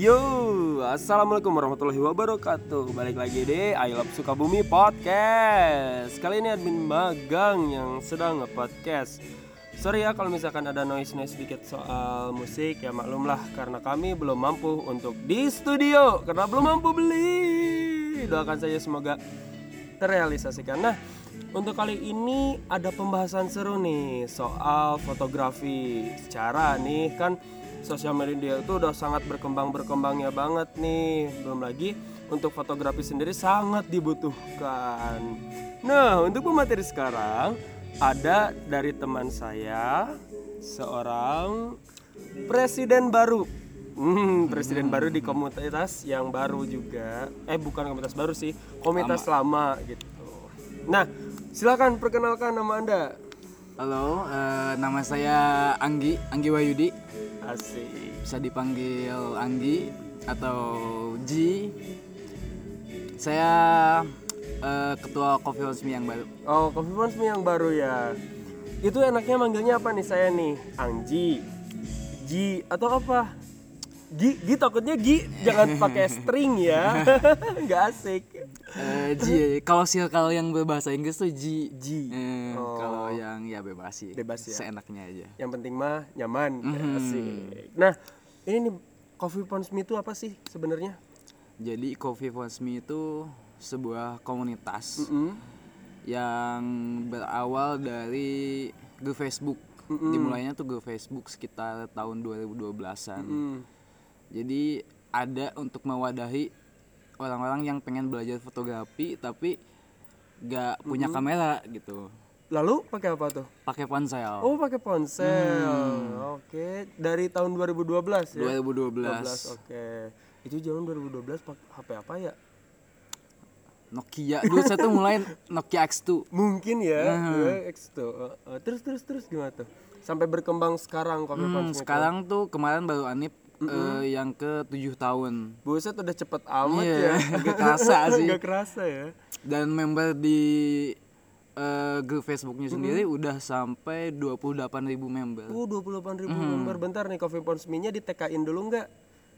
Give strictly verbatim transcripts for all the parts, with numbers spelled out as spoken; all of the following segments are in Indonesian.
Yo, assalamualaikum warahmatullahi wabarakatuh. Balik lagi di I Love Sukabumi Podcast. Kali ini admin magang yang sedang nge-podcast. Sorry ya kalau misalkan ada noise-noise sedikit soal musik, ya maklumlah karena kami belum mampu untuk di studio, karena belum mampu beli. Doakan saja semoga terrealisasikan. Nah, untuk kali ini ada pembahasan seru nih soal fotografi. Secara nih kan sosial media itu udah sangat berkembang-berkembangnya banget nih. Belum lagi untuk fotografi sendiri sangat dibutuhkan. Nah, untuk pemateri sekarang ada dari teman saya, seorang presiden baru. Hmm, presiden baru di komunitas yang baru juga. Eh, bukan komunitas baru sih, komunitas lama, lama gitu. Nah, silakan perkenalkan nama Anda. Halo, uh, nama saya Anggi, Anggi Wahyudi. Asik. Bisa dipanggil Anggi atau Ji. Saya uh, ketua Coffee House Me yang baru. Oh, Coffee House Me yang baru ya. Itu enaknya manggilnya apa nih saya nih? Angji, Ji atau apa? Gi, Gi takutnya Gi jangan pakai string ya. Nggak asik. Uh, Ji, kalau circle yang berbahasa Inggris tuh Ji. Ji. Uh, Oh. Kalau yang ya bebas sih. Bebas ya. Seenaknya aja. Yang penting mah nyaman. Mm-hmm. Asik. Nah, ini nih Coffee House Me itu apa sih sebenarnya? Jadi Coffee House Me itu sebuah komunitas Mm-hmm. yang berawal dari grup Facebook. Mm-hmm. Dimulainya tuh grup Facebook sekitar tahun dua ribu dua belasan. Mm-hmm. Jadi ada untuk mewadahi orang-orang yang pengen belajar fotografi tapi gak punya Mm-hmm. kamera gitu. Lalu pakai apa tuh? Pakai ponsel. Oh, pakai ponsel. Hmm. Oke, dari tahun dua ribu dua belas ya. dua ribu dua belas. Oke. Itu zaman dua ribu dua belas pakai H P apa ya? Nokia. Dulu saya tuh mulai Nokia X two. Mungkin ya, Hmm. ya X tuh. Uh, uh, terus terus terus gimana tuh? Sampai berkembang sekarang Coffee Hmm, House Me. sekarang tuh kemarin baru Anip uh, yang ke tujuh tahun. Buset udah cepet amat Iya, ya. agak kerasa sih. Agak kerasa ya. Dan member di uh, grup Facebooknya sendiri udah sampai dua puluh delapan ribu member. Uh, dua puluh delapan ribu member. Bentar nih, Coffee House Me-nya di T K-in dulu enggak?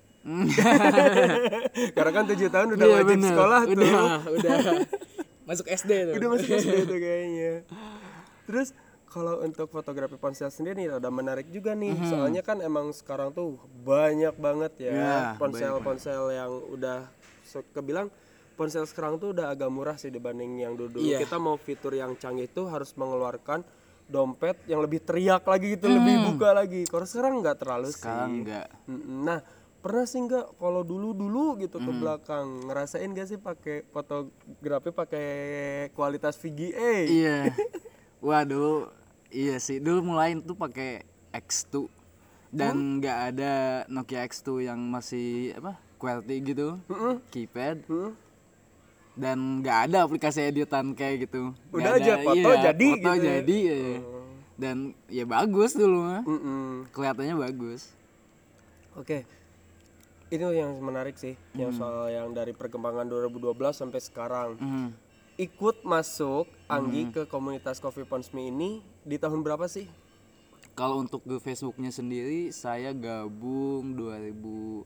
Karena kan tujuh tahun udah Iya, wajib bener. sekolah tuh. Udah, udah masuk S D tuh. Udah masuk S D tuh kayaknya. Terus kalau untuk fotografi ponsel sendiri nih udah menarik juga nih. Mm-hmm. Soalnya kan emang sekarang tuh banyak banget ya Ya, ponsel-ponsel yang udah so, kebilang ponsel sekarang tuh udah agak murah sih dibanding yang dulu-dulu. Iya. Kita mau fitur yang canggih tuh harus mengeluarkan dompet yang lebih teriak lagi gitu, mm. lebih buka lagi. Kalau sekarang nggak terlalu Sekarang sih. enggak. Nah, pernah sih nggak kalau dulu-dulu gitu ke belakang ngerasain gak sih pakai fotografi pakai kualitas V G A? Iya. Wah, dulu iya sih. Dulu mulain tuh pakai X two dan nggak hmm? ada Nokia X two yang masih apa? QWERTY gitu. Mm-hmm. Keypad. Mm-hmm. Dan nggak ada aplikasi editan kayak gitu. Udah gak aja ada, foto iya, jadi foto gitu. jadi ya. Ya. Dan ya bagus dulu mah. Mm-mm. Kelihatannya bagus. Oke. Itu yang menarik sih, mm. yang soal yang dari perkembangan dua ribu dua belas sampai sekarang. Mm. Ikut masuk Anggi mm. ke komunitas Coffee House Me ini di tahun berapa sih? Kalau untuk grup Facebooknya sendiri saya gabung dua ribu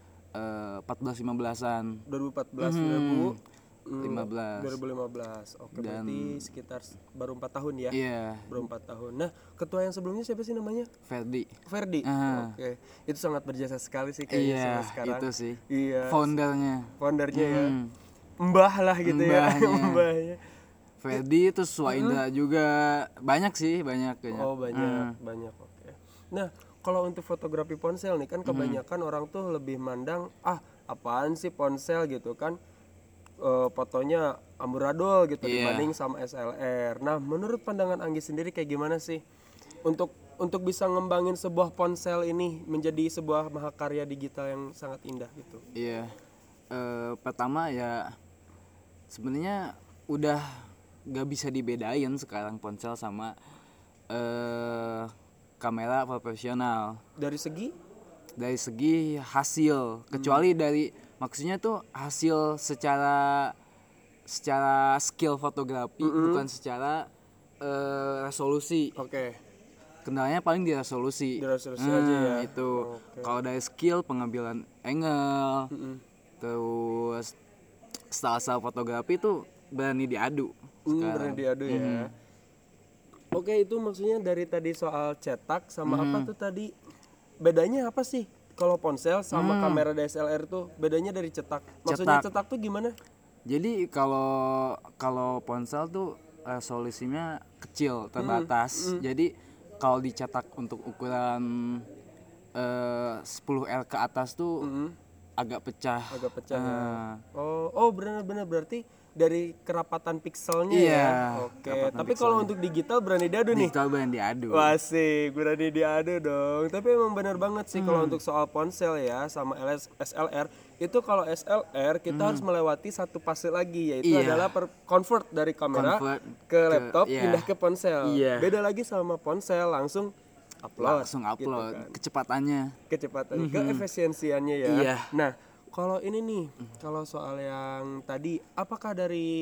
empat belas lima belasan. dua ribu empat belas mm. dua ribu lima belas. dua ribu lima belas. Oke, dan berarti sekitar baru empat tahun ya? Iya. Baru empat tahun. Nah, ketua yang sebelumnya siapa sih namanya? Ferdi. Ferdi. Uh. Oke. Itu sangat berjasa sekali sih kayaknya iya, sekarang. Itu sih. Iya. Foundernya. Foundernya hmm. ya. Mbah lah gitu. Mbahnya. ya. Mbahnya. Ferdi itu Suwaindra uh-huh. juga banyak sih, banyak kayaknya. Oh, banyak, hmm. banyak. Oke. Nah, kalau untuk fotografi ponsel nih kan kebanyakan hmm. orang tuh lebih mandang ah, apaan sih ponsel gitu kan. Uh, fotonya amburadul gitu yeah. dibanding sama S L R. Nah, menurut pandangan Anggi sendiri kayak gimana sih untuk untuk bisa ngembangin sebuah ponsel ini menjadi sebuah mahakarya digital yang sangat indah gitu? Iya. Yeah. Uh, pertama ya sebenarnya udah gak bisa dibedain sekarang ponsel sama uh, kamera profesional. Dari segi? Dari segi hasil, kecuali hmm. dari maksudnya tuh hasil secara secara skill fotografi, mm-hmm. bukan secara uh, resolusi. Oke. Okay. kendalanya paling di resolusi. Di resolusi Hmm, aja ya. Itu. Oke. Kalau dari skill pengambilan angle, Mm-mm. terus style-style fotografi itu berani diadu Hmm, sekarang. berani diadu ya. Oke, itu maksudnya dari tadi soal cetak sama apa tuh tadi? Bedanya apa sih? Kalau ponsel sama kamera D S L R tuh bedanya dari cetak. Maksudnya Cetak. cetak tuh gimana? Jadi kalau kalau ponsel tuh resolusinya kecil, terbatas. Jadi kalau dicetak untuk ukuran eh, sepuluh L ke atas tuh agak pecah. Agak pecah ya. Ah. Oh, oh benar-benar berarti dari kerapatan pixelnya Iya, ya. Oke, kerapatan tapi kalau untuk digital berani diadu nih. Digital berani diadu. Wah sih, berani diadu dong. Tapi emang benar banget sih kalau untuk soal ponsel ya sama L S S L R itu kalau S L R kita harus melewati satu fase lagi yaitu Iya. adalah per convert dari kamera Convert ke laptop iya. pindah ke ponsel. Iya. Beda lagi sama ponsel langsung upload. Langsung gitu upload kan. Kecepatannya. Kecepatan, keefisiensiannya ya. Iya. Nah, kalau ini nih, kalau soal yang tadi, apakah dari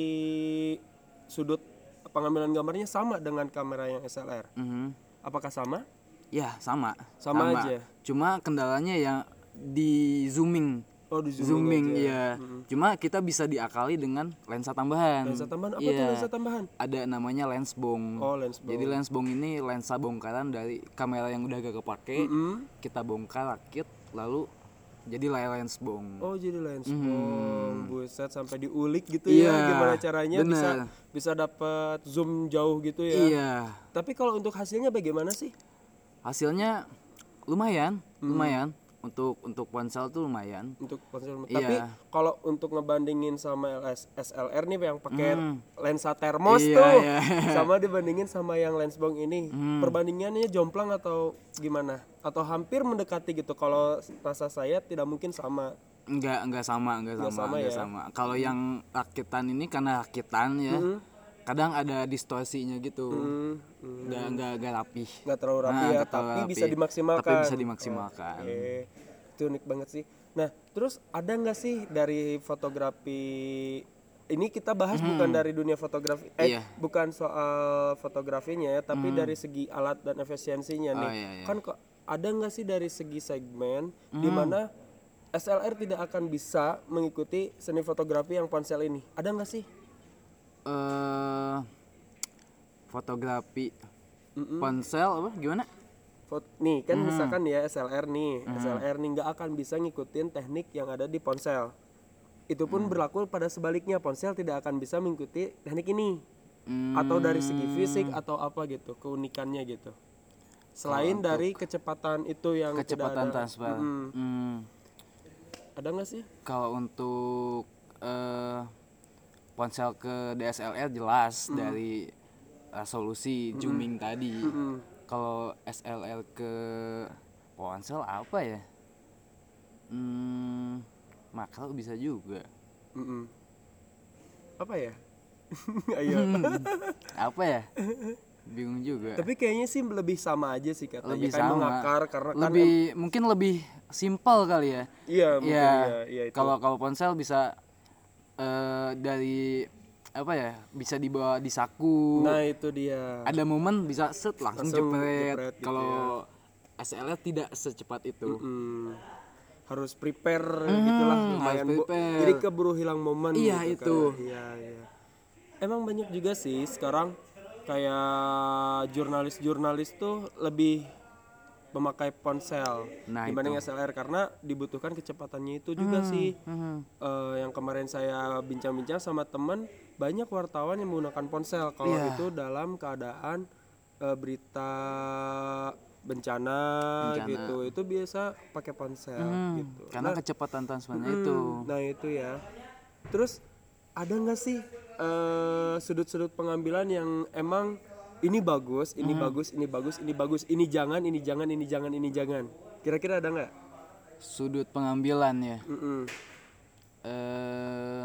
sudut pengambilan gambarnya sama dengan kamera yang S L R? Mhm. Apakah sama? Ya sama. Sama aja? Cuma kendalanya yang di zooming. Oh, di Zooming, aja. iya. Cuma kita bisa diakali dengan lensa tambahan. Lensa tambahan apa Iya. tuh lensa tambahan? Ada namanya lens bong. Oh, lens bong. Jadi lens bong ini lensa bongkaran dari kamera yang udah gak kepake. Hmm? Kita bongkar rakit lalu jadi layar lens bong. Oh, jadi lens bong. Buset, sampai diulik gitu Iya, ya. Gimana caranya bener. bisa bisa dapat zoom jauh gitu ya. Iya. Tapi kalau untuk hasilnya bagaimana sih? Hasilnya lumayan, Hmm. lumayan. Untuk untuk ponsel tuh lumayan. Untuk ponsel. Iya. Tapi kalau untuk ngebandingin sama L S S L R nih yang pakai lensa termos Iya, tuh iya. sama dibandingin sama yang lens bong ini, perbandingannya jomplang atau gimana? Atau hampir mendekati gitu? Kalau rasa saya tidak mungkin sama. Enggak, enggak sama, enggak Enggak sama, sama enggak ya? sama. Kalau yang rakitan ini karena rakitan ya. Kadang ada distorsinya gitu. Hmm, hmm. Enggak enggak enggak rapih. Nggak terlalu rapi Nah, ya, nggak terlalu tapi rapi. bisa dimaksimalkan. Tapi bisa dimaksimalkan. Oke, itu unik banget sih. Nah, terus ada nggak sih dari fotografi ini kita bahas bukan dari dunia fotografi, eh Iya. bukan soal fotografinya ya, tapi dari segi alat dan efisiensinya nih. Oh, iya, iya. Kan kok ada nggak sih dari segi segmen di mana S L R tidak akan bisa mengikuti seni fotografi yang ponsel ini? Ada nggak sih? Eh fotografi ponsel apa gimana? Fot- nih kan misalkan ya S L R nih, S L R nih nggak akan bisa ngikutin teknik yang ada di ponsel. Itu pun berlaku pada sebaliknya, ponsel tidak akan bisa mengikuti teknik ini. Hmm, Atau dari segi fisik atau apa gitu, keunikannya gitu. Selain dari kecepatan itu yang kecepatan tidak ada. transfer. Mm-mm. Hmm, Ada nggak sih? Kalau untuk eh ponsel ke D S L R jelas dari resolusi zooming tadi. Kalau S L R ke ponsel apa ya? Hmm, makro bisa juga. Mm-mm. Apa ya? Ayo. Apa ya? Bingung juga. Tapi kayaknya sih lebih sama aja sih katanya. Lebih Kayak sama. mengakar karena kan Lebih mungkin lebih simpel kali ya. iya mungkin Iya. iya, iya itu. Kalau kalau ponsel bisa eh, dari apa ya? Bisa dibawa di saku. Nah, itu dia. Ada momen bisa set langsung, Langsung jepret. jepret gitu Kalau S L R tidak secepat itu. Hmm, harus prepare gitulah lumayan harus Bu. prepare. Jadi keburu hilang momen Iya, gitu itu. kan. Iya, iya. Emang banyak juga sih sekarang kayak jurnalis-jurnalis tuh lebih memakai ponsel Nah, dibanding S L R karena dibutuhkan kecepatannya itu juga sih. Eh, yang kemarin saya bincang-bincang sama teman, banyak wartawan yang menggunakan ponsel kalau Iya. itu dalam keadaan eh, berita bencana, Bencana. gitu itu biasa pakai ponsel gitu. Karena kecepatan transfernya itu. Nah itu ya. Terus ada nggak sih eh, sudut-sudut pengambilan yang emang ini bagus, ini bagus, ini bagus, ini bagus, ini jangan, ini jangan, ini jangan, ini jangan. Kira-kira ada nggak? Sudut pengambilan ya. Mm-mm. eh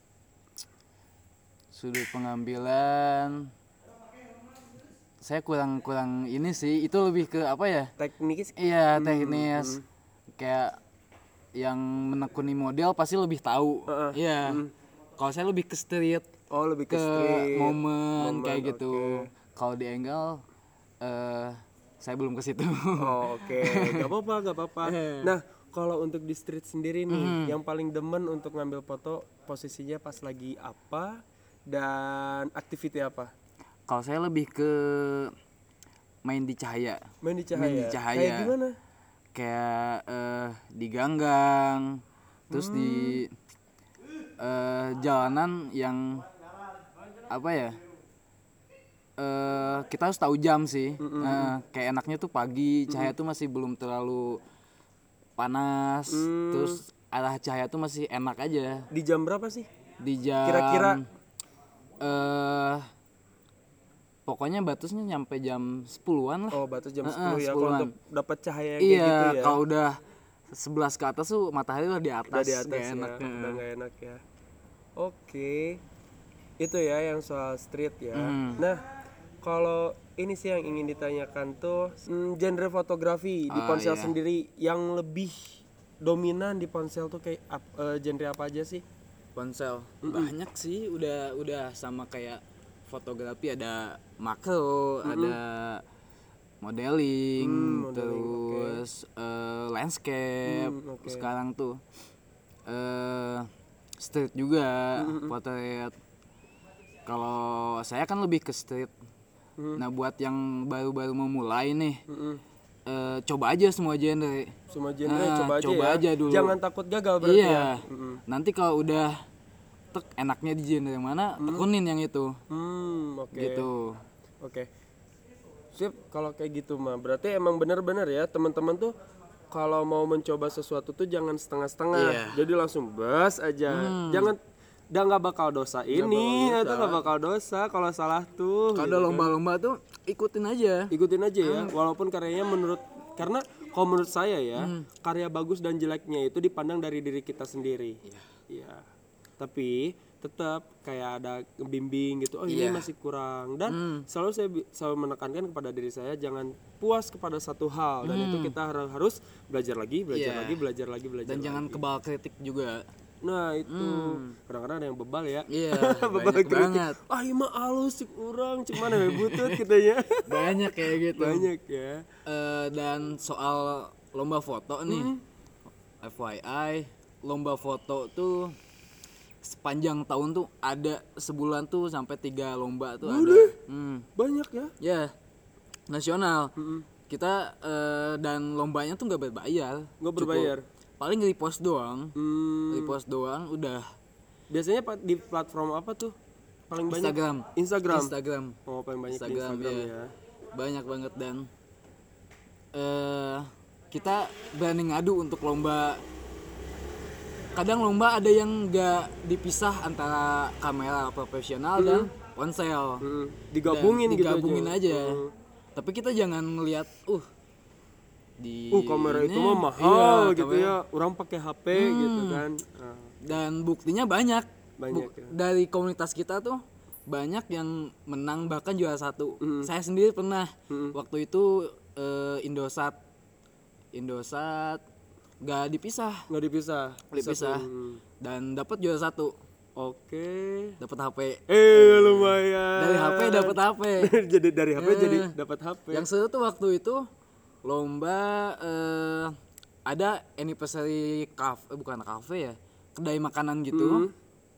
sudut pengambilan saya kurang kurang ini sih, itu lebih ke apa ya? Teknis. Iya, teknis. Kayak yang menekuni model pasti lebih tahu. Iya. Kalau saya lebih ke street, Oh lebih ke, ke street. momen, Momen, kayak gitu. oke. Kalau di angle eh saya belum ke situ. Oh, oke, nggak apa-apa, nggak apa-apa. Nah, kalau untuk di street sendiri nih, yang paling demen untuk ngambil foto posisinya pas lagi apa dan activity apa? Kalau saya lebih ke main di cahaya. Main di cahaya. Main di cahaya. Kayak gimana? Kayak eh, di ganggang, terus di eh, jalanan yang apa ya? Eh, kita harus tahu jam sih. Eh, kayak enaknya tuh pagi, cahaya tuh masih belum terlalu panas, terus arah cahaya tuh masih enak aja. Di jam berapa sih? Di jam Kira-kira? eh pokoknya batasnya nyampe jam sepuluhan lah. Oh, batas jam Eh, sepuluh ya. Kalau sepuluhan. untuk dapat cahaya yang Iya, kayak gitu ya. kalau udah sebelas ke atas tuh matahari udah di atas, Udah di atas nggak ya. enak. Udah nggak enak ya. Oke. Itu ya yang soal street ya. Hmm. Nah, kalau ini sih yang ingin ditanyakan tuh hmm, genre fotografi di Ah, ponsel iya. sendiri yang lebih dominan di ponsel tuh kayak ap- eh, genre apa aja sih? Ponsel banyak sih, udah udah sama kayak fotografi, ada makro, ada modeling, Hmm, modeling, terus eh, landscape. Hmm, oke. Sekarang tuh eh street juga, potret. Kalau saya kan lebih ke street. Nah, buat yang baru-baru memulai nih, Mm-mm. eh, coba aja semua genre. Semua genre Nah, coba aja coba ya. aja dulu. Jangan takut gagal berarti Iya. ya. Mm-mm. Nanti kalau udah tek enaknya di genre yang mana, tekunin yang itu. Hmm, oke. Gitu. Oke. Sip, kalau kayak gitu mah berarti emang benar-benar ya teman-teman tuh kalau mau mencoba sesuatu tuh jangan setengah-setengah. Iya. Jadi langsung bas aja. Jangan udah nggak bakal dosa ini bakal atau nggak bakal dosa kalau salah tuh. Kalau gitu kan. lomba-lomba tuh ikutin aja. Ikutin aja ya, walaupun karyanya menurut karena kalau menurut saya ya, karya bagus dan jeleknya itu dipandang dari diri kita sendiri. Iya. Tapi tetap kayak ada bimbing gitu. Oh, ini Iya. masih kurang. Dan selalu saya bi- selalu menekankan kepada diri saya jangan puas kepada satu hal dan itu kita har- harus belajar lagi, belajar Iya. lagi, belajar lagi, belajar Dan lagi. jangan kebal kritik juga. Nah, itu kadang-kadang ada yang bebal ya. Iya, Bebal banyak kritik. banget. Ah, ini mah halus cik urang, cuman we butut kitanya. Banyak kayak gitu. Banyak ya. Eh, dan soal lomba foto nih, F Y I, lomba foto tuh sepanjang tahun tuh ada sebulan tuh sampai tiga lomba tuh ada. Hmm. Banyak ya. Ya, nasional. Kita eh, dan lombanya tuh nggak berbayar. Nggak Cukup berbayar. paling repost doang. Hmm, Repost doang udah. biasanya pa- di platform apa tuh? Paling banyak Instagram. Instagram. Instagram. Oh, paling banyak di Instagram, Instagram iya. ya. Banyak banget. Dan eh kita berani ngadu untuk lomba. Kadang lomba ada yang nggak dipisah antara kamera profesional dan ponsel. Hmm, digabungin Dan gitu digabungin aja. aja. Hmm. Tapi kita jangan ngelihat uh di Uh, kamera itu ini, mah mahal iya, gitu kamera. ya. Orang pakai H P gitu kan. Ah, Dan buktinya banyak. Banyak Buk- ya. Dari komunitas kita tuh banyak yang menang bahkan juara satu. Hmm. Saya sendiri pernah waktu itu eh, Indosat, Indosat nggak dipisah, nggak dipisah. nggak dipisah, Satu. Hmm. dan dapat juara satu, Oke. dapat H P. Eh, lumayan. Dari H P dapat H P. jadi dari H P Eh. jadi dapat H P. Yang seru tuh waktu itu lomba eh, ada anniversary cafe, eh, bukan cafe ya, kedai makanan gitu.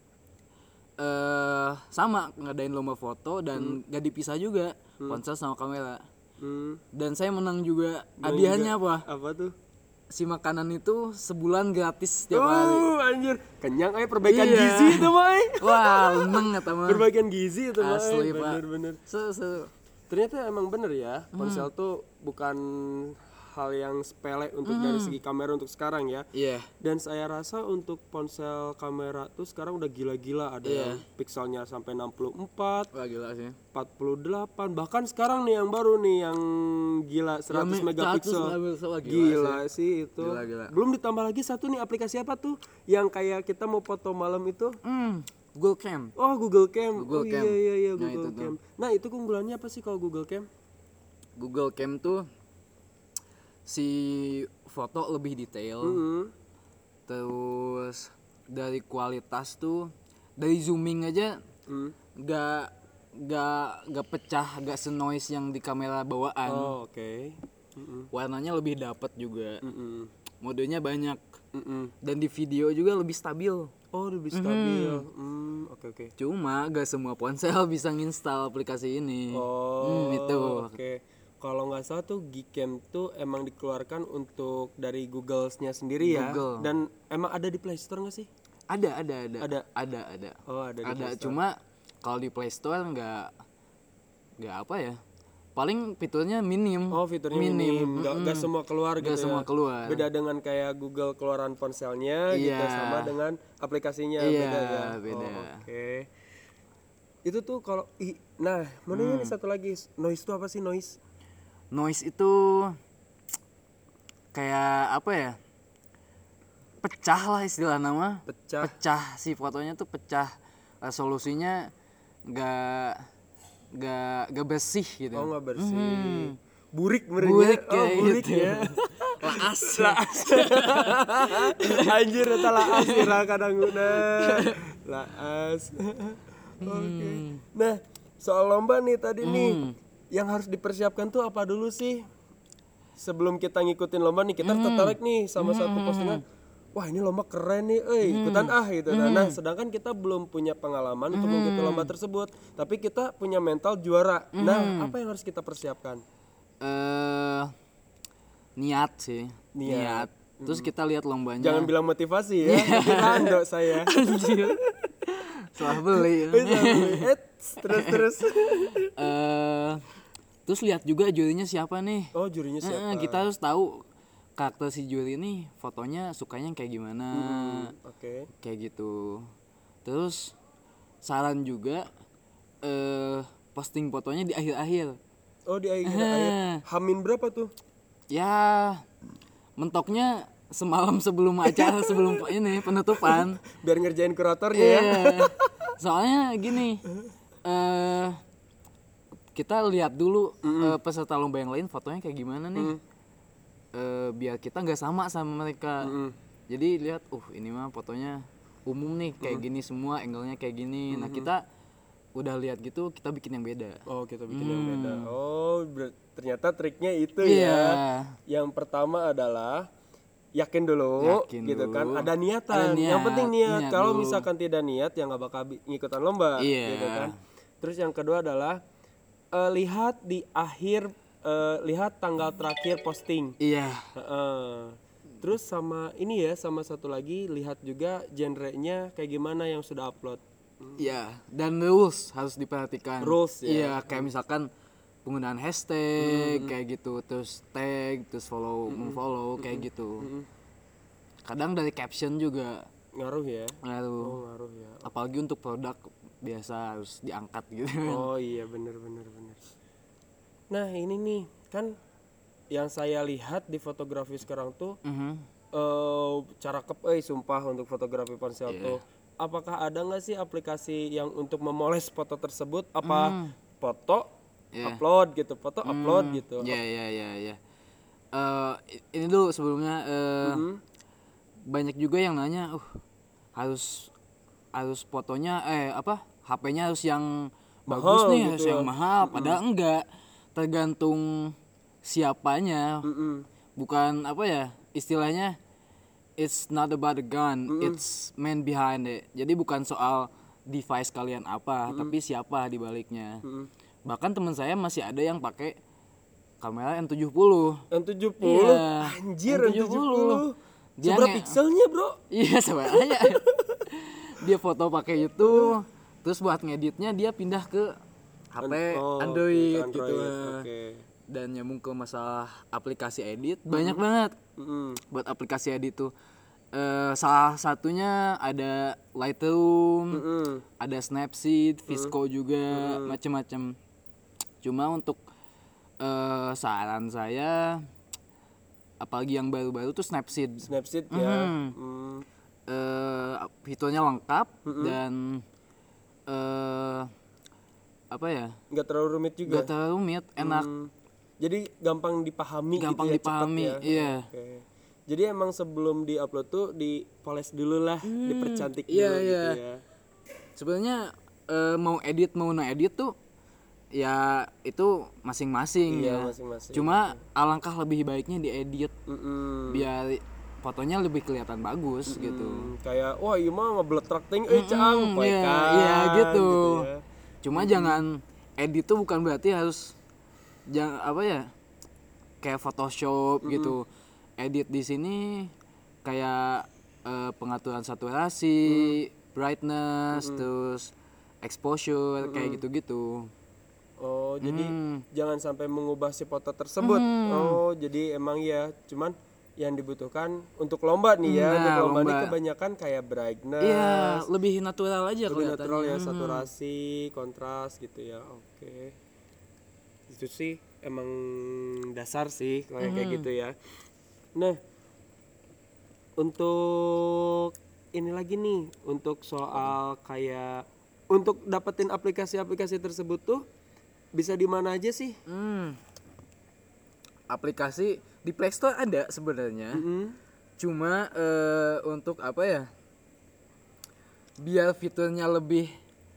Eh sama ngadain lomba foto dan gak dipisah juga, ponsel sama kamera. Hmm. Dan saya menang juga. Hadiahnya apa? Apa tuh? Si makanan itu sebulan gratis setiap hari. Oh, anjir. Kenyang aja perbaikan Iya. gizi itu, Mai. Wah, menang kata mah. Perbaikan gizi itu, Mai. Asli, Pak. Bener-bener. Seru, seru. Ternyata emang bener ya, Hmm. ponsel tuh bukan hal yang sepele untuk dari segi kamera untuk sekarang ya. Iya. Dan saya rasa untuk ponsel kamera tuh sekarang udah gila-gila, ada Iya. yang pikselnya sampai enam puluh empat, Wah, gila sih. empat puluh delapan, bahkan sekarang nih yang baru nih yang gila seratus Yang megapiksel. seratus megapiksel, wah, Gila, gila sih itu. Gila, gila. Belum ditambah lagi satu nih aplikasi apa tuh yang kayak kita mau foto malam itu. Hmm, Google Cam. Oh, Google Cam. Google oh Cam. iya iya iya Nah, Google itu tuh. Cam. Nah, itu keunggulannya apa sih kalau Google Cam? Google Cam tuh si foto lebih detail. Hmm. Terus dari kualitas tuh, dari zooming aja Hmm. nggak nggak nggak pecah, nggak senoise yang di kamera bawaan. Oh, oke. Okay. Mm-mm. Warnanya lebih dapat juga. Mm-mm. Modenya banyak. Mm-mm. Dan di video juga lebih stabil. Oh, lebih stabil. Hmm, oke oke. Cuma gak semua ponsel bisa nginstal aplikasi ini. Oh, Hmm, itu. oke. Kalau nggak salah tuh Gcam tuh emang dikeluarkan untuk dari Google-nya sendiri ya. Google. Dan emang ada di Play Store nggak sih? Ada, ada, ada. Ada? Ada, ada. Oh, ada di Ada, Play Store. cuma kalau di Play Store nggak nggak apa ya? Paling fiturnya minim. Oh, fiturnya minim, nggak nggak semua keluar Nggak gitu semua ya. keluar. Beda dengan kayak Google keluaran ponselnya gitu, Iya. sama dengan aplikasinya Iya, beda ya. beda. Oh, oke. Itu tuh kalau ih, nah, mana Hmm. ini satu lagi noise itu apa sih noise? Noise itu kayak apa ya? Pecah lah istilah nama. Pecah. Pecah si fotonya tuh pecah. Resolusinya nggak nggak nggak bersih gitu. Oh, nggak bersih. Hmm. Burik merenya. Burik Oh, kayak burik gitu. ya. Laas. Laas. Anjir eta laas ira kadanguna. Laas. Oke. Nah, soal lomba nih tadi nih, yang harus dipersiapkan tuh apa dulu sih? Sebelum kita ngikutin lomba nih, kita tertarik nih sama satu postingan. Wah, ini lomba keren nih, eh ikutan ah gitu. Nah, sedangkan kita belum punya pengalaman untuk mengikuti lomba tersebut, tapi kita punya mental juara. Nah, apa yang harus kita persiapkan? eh niat sih. Niat. Terus kita lihat lombanya. Jangan bilang motivasi ya, nanti rando saya. Salah beli. Eits, terus terus. eh terus lihat juga jurinya siapa nih. Oh, jurinya Eh, siapa? kita harus tahu karakter si juri nih, fotonya sukanya kayak gimana. Oke. Kayak gitu. Terus saran juga eh posting fotonya di akhir-akhir. Oh, di akhir akhir. Hamin berapa tuh? Ya mentoknya semalam sebelum acara, sebelum ini penutupan. Biar ngerjain kuratornya ya. Iya. Soalnya gini, eh kita lihat dulu eh, peserta lomba yang lain fotonya kayak gimana nih. Eh, biar kita nggak sama sama mereka. Jadi lihat, uh ini mah fotonya umum nih, kayak gini semua, angle-nya kayak gini. Nah kita udah lihat gitu, kita bikin yang beda. Oh, kita bikin yang beda. Oh, ber- ternyata triknya itu Iya. ya. Yang pertama adalah yakin dulu, Yakin gitu dulu. kan. Ada niatan. Ada niat, Yang penting niat. niat Kalau dulu. misalkan tidak niat, ya nggak bakal bi- ngikutan lomba, Iya. gitu kan. Terus yang kedua adalah eh, lihat di akhir, eh, lihat tanggal terakhir posting. Iya. Heeh. Terus sama ini ya, sama satu lagi lihat juga genrenya kayak gimana yang sudah upload. Iya, dan rules harus diperhatikan. Rules, ya. Iya, kayak misalkan penggunaan hashtag kayak gitu, terus tag, terus follow, memfollow kayak gitu. Kadang dari caption juga Ngaruh ya. ngaruh. Oh, ngaruh ya. Apalagi untuk produk biasa harus diangkat gitu. Oh iya, bener bener bener. Nah, ini nih kan yang saya lihat di fotografi sekarang tuh Mhm. eh cara kep eh sumpah untuk fotografi ponsel Iya. tuh. Apakah ada nggak sih aplikasi yang untuk memoles foto tersebut? Apa foto Iya. upload gitu, foto upload gitu. Iya, iya, iya, iya. Eh, i- ini dulu sebelumnya eh, Mhm. banyak juga yang nanya, uh harus harus fotonya eh apa H P-nya harus yang bagus Mahal nih, gitu harus ya. yang mahal. Padahal enggak, tergantung siapanya. Mm-mm. Bukan apa ya istilahnya, it's not about the gun, it's man behind it. Jadi bukan soal device kalian apa, tapi siapa di baliknya. Bahkan teman saya masih ada yang pakai kamera M tujuh puluh. M tujuh puluh? Iya, Anjir, M M tujuh puluh. Dia Seberapa nge- pikselnya, Bro? Iya sama aja. Dia foto pakai itu, terus buat ngeditnya dia pindah ke H P Oh, Android, oke, ke gitu. Android, oke. Dan nyambung ke masalah aplikasi edit, banyak banget Mm-mm. buat aplikasi edit tuh. Eh, salah satunya ada Lightroom, Mm-mm. ada Snapseed, Visco juga, macem-macem. Cuma untuk eh, saran saya, apalagi yang baru-baru tuh Snapseed. Snapseed ya. Mhm. Mm. Eh, fiturnya lengkap dan eh apa ya? Nggak terlalu rumit juga. Gak terlalu rumit, enak. Hmm. Jadi gampang dipahami Gampang gitu ya, dipahami, cepat ya. iya. Oke. Jadi emang sebelum diupload tuh dipoles dulu lah, dipercantik iya, dulu iya. gitu ya. Sebenarnya eh, mau edit mau no edit tuh ya itu masing-masing Iya, ya. masing-masing. Cuma alangkah lebih baiknya diedit Mm-mm. biar fotonya lebih kelihatan bagus Mm-mm. gitu. Kayak wah iya mah ngebletrak ting eh cang Mm, iya, kan iya gitu. ya. Cuma jangan edit tuh bukan berarti harus jangan apa ya? Kayak Photoshop gitu. Edit di sini kayak eh, pengaturan saturasi, brightness, terus exposure kayak gitu-gitu. Oh, jadi Hmm. jangan sampai mengubah si foto tersebut. Oh, jadi emang ya, cuman yang dibutuhkan untuk lomba nih ya, Nah, untuk lomba, lomba. nih kebanyakan kayak brightness, Iya, lebih natural aja lebih kelihatannya. natural ya, saturasi, kontras gitu ya. Oke. Itu sih emang dasar sih kalau yang kayak gitu ya. Nah, untuk ini lagi nih, untuk soal kayak untuk dapetin aplikasi-aplikasi tersebut tuh bisa di mana aja sih? Hmm. Aplikasi di Play Store ada sebenarnya. Mm-mm. Cuma eh, untuk apa ya? Biar fiturnya lebih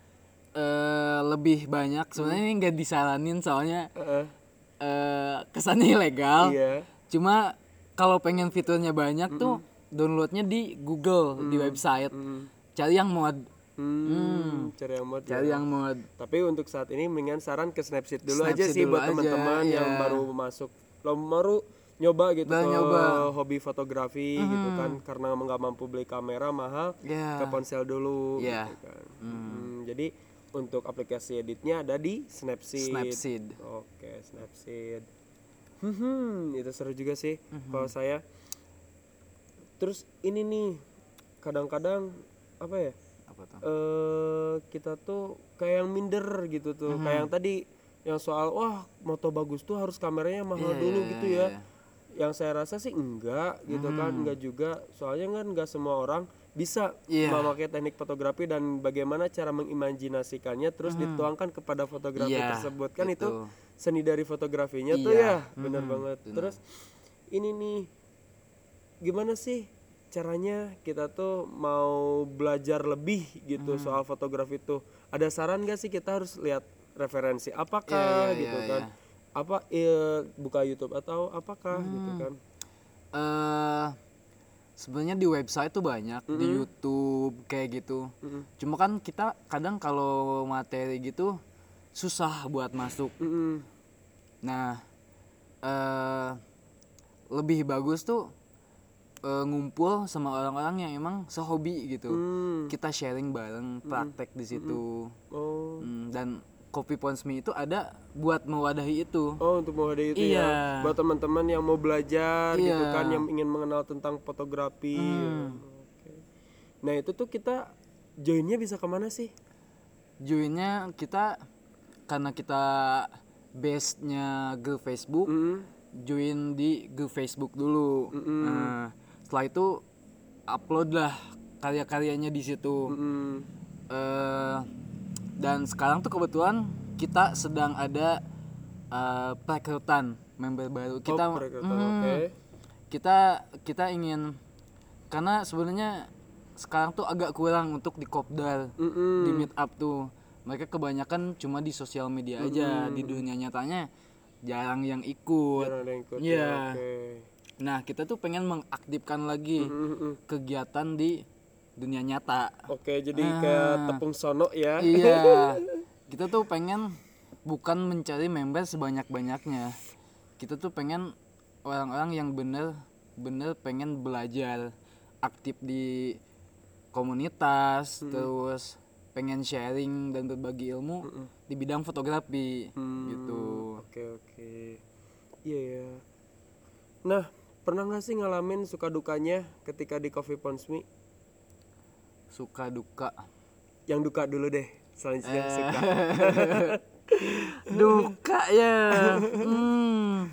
eh, lebih banyak. Sebenarnya ini nggak disaranin soalnya Heeh. eh, kesannya ilegal. Iya. Cuma kalau pengen fiturnya banyak tuh downloadnya di Google di website. Cari yang mod. Hmm, cari yang mod Cari ya. yang mod. Tapi untuk saat ini mendingan saran ke Snapseed dulu aja Snapseed sih dulu buat aja, teman-teman yang iya. baru masuk, lo baru nyoba gitu Baru ke nyoba. hobi fotografi gitu kan, karena nggak mampu beli kamera mahal, Ya. ke ponsel dulu Iya. gitu kan. Hmm, jadi untuk aplikasi editnya ada di Snapseed. Snapseed. Oke, Snapseed. Hmm, itu seru juga sih kalau saya. Terus ini nih, kadang-kadang apa ya? Apa tuh? eh kita tuh kayak yang minder gitu tuh, kayak yang tadi yang soal wah moto bagus tuh harus kameranya mahal Iya, dulu iya, gitu iya, ya. iya. Yang saya rasa sih enggak gitu kan, enggak juga. Soalnya kan enggak semua orang bisa Iya. memakai teknik fotografi dan bagaimana cara mengimajinasikannya terus dituangkan kepada fotografi Iya, tersebut kan gitu. itu seni dari fotografinya tuh Iya, ya, benar mhm, banget. benar. Terus ini nih gimana sih caranya kita tuh mau belajar lebih gitu Hmm. soal fotografi tuh? Ada saran gak sih kita harus lihat referensi apakah Iya, iya, gitu iya, kan? iya. Apa eh, buka YouTube atau apakah gitu kan? eh sebenarnya di website tuh banyak, di YouTube kayak gitu. Cuma kan kita kadang kalau materi gitu susah buat masuk. Mm-mm. Nah, eh lebih bagus tuh eh, ngumpul sama orang-orang yang emang sehobi gitu. Hmm. Kita sharing bareng, praktek di situ. Oh. Hmm, dan Kopi Ponsmi itu ada buat mewadahi itu. Oh, untuk mewadahi itu Iya. ya. Buat teman-teman yang mau belajar Iya. gitu kan, yang ingin mengenal tentang fotografi. Oke. Nah, itu tuh kita joinnya bisa kemana sih? Joinnya kita karena kita base-nya ke Facebook, Mm. join di grup Facebook dulu. Nah, setelah itu upload lah karya-karyanya di situ. Mm. Eh, dan sekarang tuh kebetulan kita sedang ada eh, perekrutan member baru. Kita Oh, perekrutan, mm, oke. kita kita ingin karena sebenarnya sekarang tuh agak kurang untuk di kopdar, Mm-mm. di meet up tuh. Mereka kebanyakan cuma di sosial media aja, di dunia nyatanya jarang yang ikut. Jarang ada yang ikut, Iya. ya, oke. Nah, kita tuh pengen mengaktifkan lagi Mm-mm. kegiatan di dunia nyata. Oke, jadi kayak tepung sono ya. Iya. Kita tuh pengen bukan mencari member sebanyak-banyaknya. Kita tuh pengen orang-orang yang bener-bener pengen belajar, aktif di komunitas, terus pengen sharing dan berbagi ilmu di bidang fotografi gitu. Oke, oke. Iya ya. Nah, pernah nggak sih ngalamin suka dukanya ketika di Coffee Ponsmi? Suka duka. Yang duka dulu deh, selanjutnya Eh. suka. Duka ya. Hmm.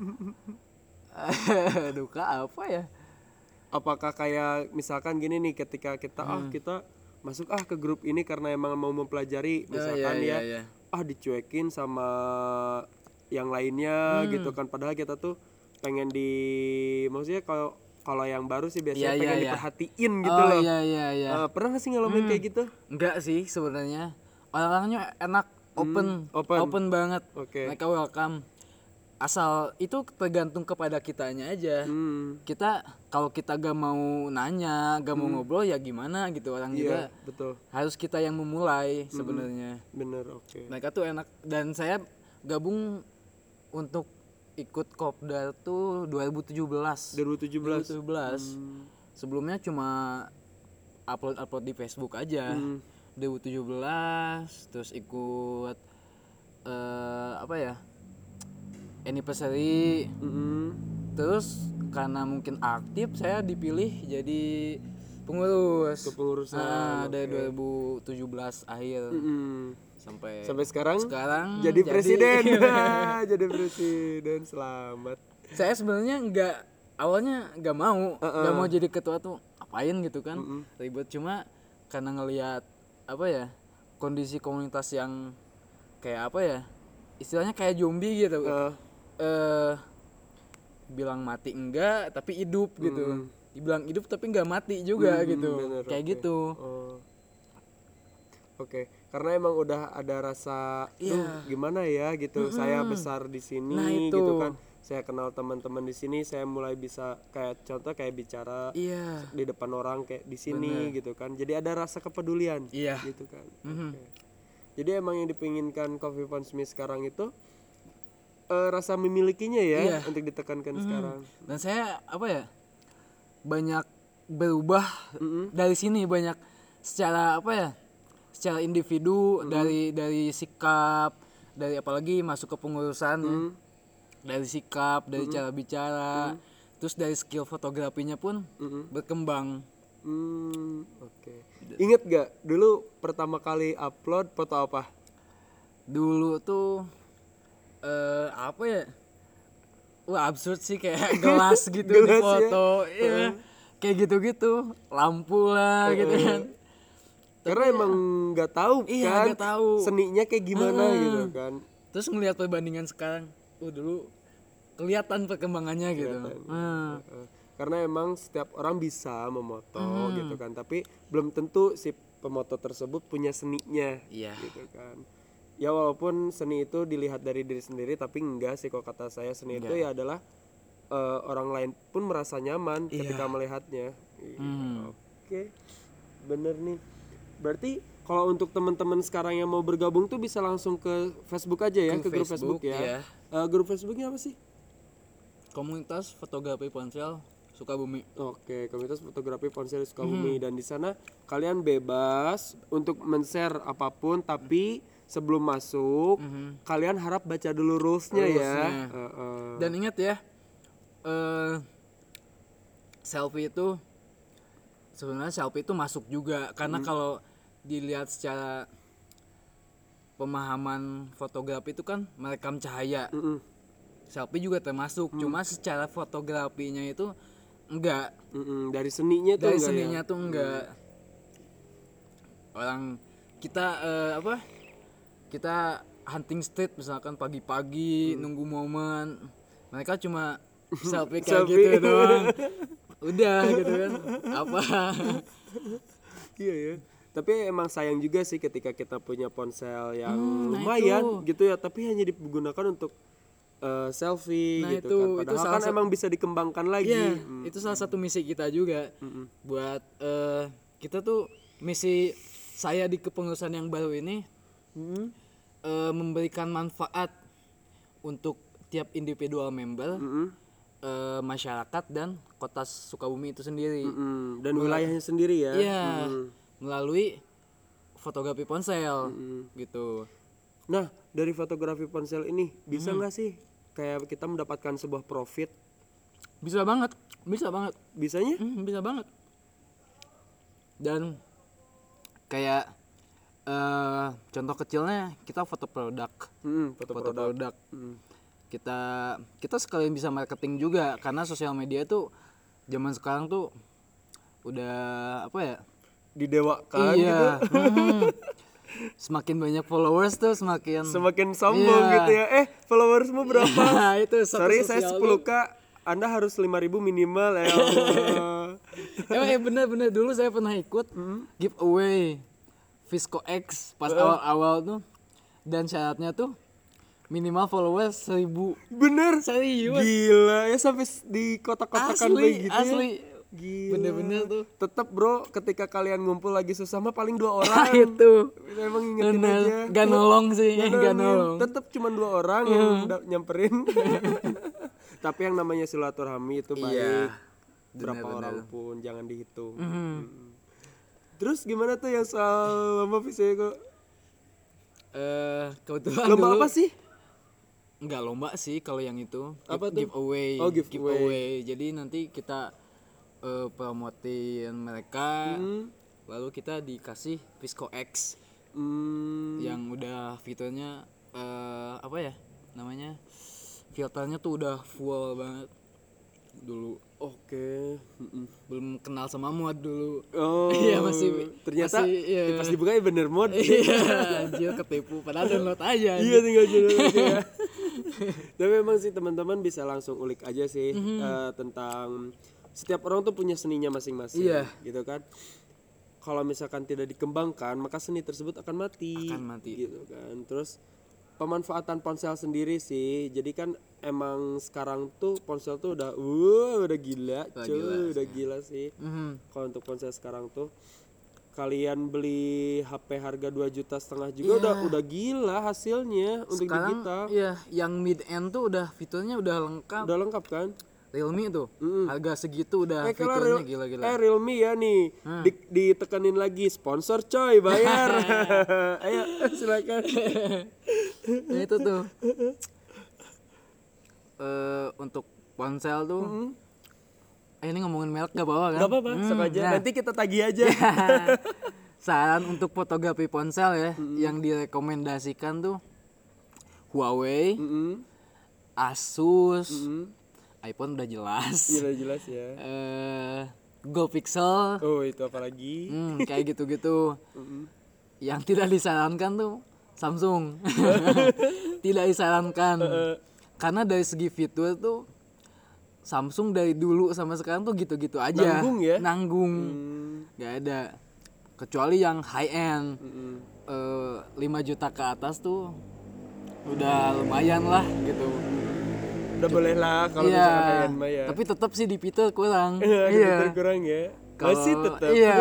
Duka apa ya? Apakah kayak misalkan gini nih, ketika kita ah kita masuk ah ke grup ini karena emang mau mempelajari misalkan iya, ya, iya. ah dicuekin sama yang lainnya gitu kan, padahal kita tuh pengen di maksudnya kalau kalau yang baru sih biasanya Iya, pengen iya, iya. diperhatiin gitu Oh loh. iya iya iya. Eh, pernah gak sih ngalamin kayak gitu? Enggak sih sebenarnya. Orang-orangnya enak. open, open. open banget. Oke. Mereka welcome. Asal itu tergantung kepada kitanya aja. Hmm. Kita kalau kita gak mau nanya, gak mau ngobrol ya gimana gitu, orang juga Iya, betul. harus kita yang memulai sebenarnya. Bener, oke. Mereka tuh enak, dan saya gabung untuk ikut Kopdar tuh dua ribu tujuh belas. dua ribu tujuh belas. dua ribu tujuh belas. Sebelumnya cuma upload-upload di Facebook aja. Hmm. dua ribu tujuh belas terus ikut eh, apa ya? Anniversary. Mm-mm. Terus karena mungkin aktif saya dipilih jadi pengurus. Kepengurusan. Nah, dari oke. dua ribu tujuh belas akhir Mm-mm. sampai Sampai sekarang? sekarang Jadi presiden. Jadi presiden, selamat. Saya sebenarnya nggak awalnya nggak mau nggak Uh-uh. mau jadi ketua tuh apain gitu kan, Mm-mm. ribet, cuma karena ngelihat apa ya kondisi komunitas yang kayak apa ya istilahnya kayak zombie gitu. Uh. eh bilang mati enggak tapi hidup gitu, Mm. dibilang hidup tapi nggak mati juga Mm, gitu, bener, kayak oke. gitu. Oh. Oke, karena emang udah ada rasa, Iya. "Duh, gimana ya gitu. Saya besar di sini Nah, itu. gitu kan. Saya kenal teman-teman di sini, saya mulai bisa kayak contoh kayak bicara Iya. di depan orang kayak di sini gitu kan. Jadi ada rasa kepedulian Iya. gitu kan. Mhm. Oke. Jadi emang yang dipinginkan Coffee Ponsmi sekarang itu eh, rasa memilikinya ya Iya. untuk ditekankan sekarang. Dan saya apa ya banyak berubah Mm-mm. dari sini, banyak secara apa ya secara individu, dari dari sikap, dari apalagi masuk ke pengurusan ya. Mm. Dari sikap, dari cara bicara, terus dari skill fotografinya pun Mm-mm. berkembang. Hmm, oke. Ingat gak dulu pertama kali upload foto apa? Dulu tuh eh apa ya wah absurd sih, kayak gelas gitu di Gelas ya? foto ya. Kayak gitu-gitu, lampu lah gitu kan. Karena emang nggak tahu Iya, kan nggak tahu. seninya kayak gimana gitu kan. Terus ngelihat perbandingan sekarang, oh dulu kelihatan perkembangannya gitu. Hmm. Heeh. Karena emang setiap orang bisa memoto gitu kan, tapi belum tentu si pemoto tersebut punya seninya Iya. gitu kan. Ya walaupun seni itu dilihat dari diri sendiri, tapi enggak sih kalau kata saya seni itu ya adalah eh, orang lain pun merasa nyaman ketika melihatnya. Iya, Hmm. Oke, bener nih. Berarti kalau untuk teman-teman sekarang yang mau bergabung tuh bisa langsung ke Facebook aja ya, Ke ke, grup Facebook, Facebook, ya. iya. Eh, grup Facebooknya apa sih? Komunitas fotografi ponsel Sukabumi. Oke, komunitas fotografi ponsel Sukabumi, dan di sana kalian bebas untuk men-share apapun, tapi sebelum masuk kalian harap baca dulu rules-nya ya. Rules-nya. Heeh. Dan ingat ya, eh selfie itu sebenarnya selfie itu masuk juga, karena kalau dilihat secara pemahaman fotografi itu kan merekam cahaya. Mm-mm. Selfie juga termasuk, cuma secara fotografinya itu enggak. Mm-mm. Dari seninya tuh Dari enggak seninya ya? tuh enggak. Orang kita eh, apa? Kita hunting street misalkan pagi-pagi nunggu momen. Mereka cuma selfie kayak Selfie. gitu doang. Udah gitu kan. Apa? Iya ya. Tapi emang sayang juga sih ketika kita punya ponsel yang Hmm, nah lumayan itu. gitu ya, tapi hanya digunakan untuk eh, selfie Nah, gitu itu- kan. itu Padahal salah kan satu- emang bisa dikembangkan lagi. Iya, Hmm. itu salah satu misi kita juga. Buat eh, kita tuh misi saya di kepengurusan yang baru ini Hmm. eh, memberikan manfaat untuk tiap individual member, Mm-mm. eh, masyarakat dan kota Sukabumi itu sendiri. Mm-mm. Dan wilayahnya sendiri ya. Iya, Mm. melalui fotografi ponsel gitu. Nah, dari fotografi ponsel ini bisa nggak sih kayak kita mendapatkan sebuah profit? Bisa banget, bisa banget, Bisanya? Hmm, bisa banget. Dan kayak eh, contoh kecilnya kita foto produk, Mm, foto, foto produk. produk. Mm. Kita kita sekalian bisa marketing juga, karena sosial media tuh zaman sekarang tuh udah apa ya? Didewakan iya. gitu. Hmm. Semakin banyak followers tuh semakin Semakin sombong Iya. gitu ya. Eh, followersmu berapa? itu satu Sorry, saya sosial sepuluh tuh. K. Anda harus lima ribu minimal ya. Allah. Emang eh bener-bener dulu saya pernah ikut giveaway Visco X pas awal-awal tuh. Dan syaratnya tuh minimal followers seribu. Bener. Serius. Gila ya sampai s- di kotak-kotakan Asli, begitu ya. asli. Gila. Bener-bener tuh. Tetap bro, ketika kalian ngumpul lagi sesama paling dua Nah, orang. itu. Emang ingetin Bener. aja. Gak nolong sih, Gak gak nolongin. nolong. Tetap cuma dua orang yang da- nyamperin. Tapi yang namanya silaturahmi itu baik. Iya. Berapa Bener-bener. orang pun jangan dihitung. Mhm. Mm. Terus gimana tuh yang soal lomba visi kok? Eh, kebetulan Lomba dulu apa sih? Enggak lomba sih kalau yang itu. Apa tuh? Giveaway. Oh, giveaway. Jadi nanti kita eh, promotin mereka. Hmm. Lalu kita dikasih Visco X Hmm. yang udah fiturnya eh, apa ya? Namanya filternya tuh udah full banget dulu. Oke. Mm-mm. Belum kenal sama mod dulu. Oh. Iya, masih Ternyata masih, iya. eh, pas dibuka ya bener mod. Iya, anjir ketipu. Padahal download aja. Iya tinggal download aja ya. Tapi memang sih teman-teman bisa langsung ulik aja sih eh, tentang setiap orang tuh punya seninya masing-masing, Iya. gitu kan. Kalau misalkan tidak dikembangkan, maka seni tersebut akan mati. Akan mati. Gitu kan. Terus pemanfaatan ponsel sendiri sih. Jadi kan emang sekarang tuh ponsel tuh udah uh udah gila, Udah cuy, gila udah gila sih. Mhm. Kalau untuk ponsel sekarang tuh kalian beli H P harga dua juta setengah juga udah udah gila hasilnya untuk Sekarang digital. iya, yang mid end tuh udah fiturnya udah lengkap. Udah lengkap kan? Realme tuh Mm-mm. harga segitu udah Eh kalau fiturnya Real- gila-gila. eh Realme ya nih, di- ditekenin lagi sponsor coy bayar. Ayo silakan. Nah itu tuh. Eh untuk ponsel tuh. Eh ini ngomongin merek gak apa-apa kan? Gak apa-apa, Hmm, sok aja. nah. Nanti kita tagih aja. Saran untuk fotografi ponsel ya, yang direkomendasikan tuh Huawei, Mm-mm. Asus, Mm-mm. iPhone udah jelas. Gila jelas ya. Eh Google Pixel, Oh itu apalagi? hmm, kayak gitu-gitu. Mm-mm. Yang tidak disarankan tuh Samsung. Tidak disarankan. Karena dari segi fitur tuh Samsung dari dulu sama sekarang tuh gitu-gitu aja. Nanggung ya? Nanggung. Hmm. Gak ada. Kecuali yang high end. Mm-mm. Eh, lima juta ke atas tuh udah lumayan lah gitu. Udah boleh lah kalau Iya. misalkan high end mah ya. Tapi tetap sih di fitur kurang. Iya. Kurang ya. Kalau- Masih tetap. Iya.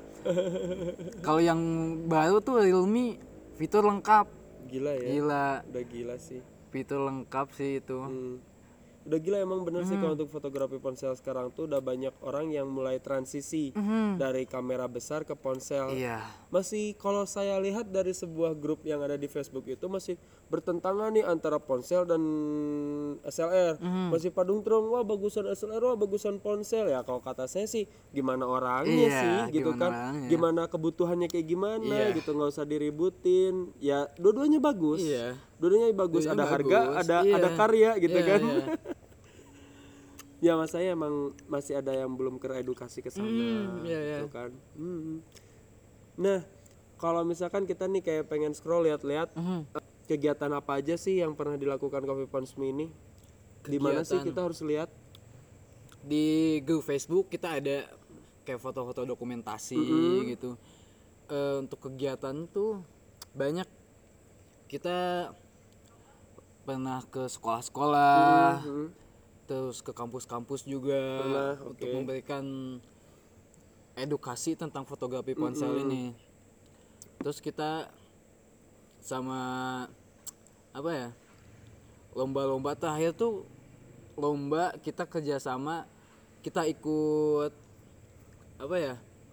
Kalau yang baru tuh Realme fitur lengkap. Gila ya. Gila. Udah gila sih. Fitur lengkap sih itu. Hmm. Udah gila emang bener sih kalau untuk fotografi ponsel sekarang tuh udah banyak orang yang mulai transisi dari kamera besar ke ponsel. Iya. Masih kalau saya lihat dari sebuah grup yang ada di Facebook itu masih bertentangan nih antara ponsel dan S L R. Masih padung terung, wah bagusan S L R, wah bagusan ponsel ya. Kalau kata saya sih gimana orangnya Iya, sih gitu gimana kan. orangnya. Gimana kebutuhannya kayak gimana Iya. gitu, nggak usah diributin. Ya dua-duanya bagus. Iya. Dua-duanya bagus, Dua-duanya ada harga, bagus. ada Iya. ada karya gitu Iya, kan. iya. Ya mas saya emang masih ada yang belum teredukasi ke sana Hmm, iya, iya. gitu kan. Hmm. Nah, kalau misalkan kita nih kayak pengen scroll lihat-lihat Mhm. eh, kegiatan apa aja sih yang pernah dilakukan Coffee Ponsme ini? Di mana sih Kegiatan. kita harus lihat? Di grup Facebook kita ada kayak foto-foto dokumentasi gitu. Eh, untuk kegiatan tuh banyak. Kita pernah ke sekolah-sekolah, Mhm. terus ke kampus-kampus juga Pernah, untuk oke. memberikan edukasi tentang fotografi ponsel ini. Terus kita sama apa ya, lomba-lomba terakhir tuh lomba kita kerjasama, kita ikut apa ya,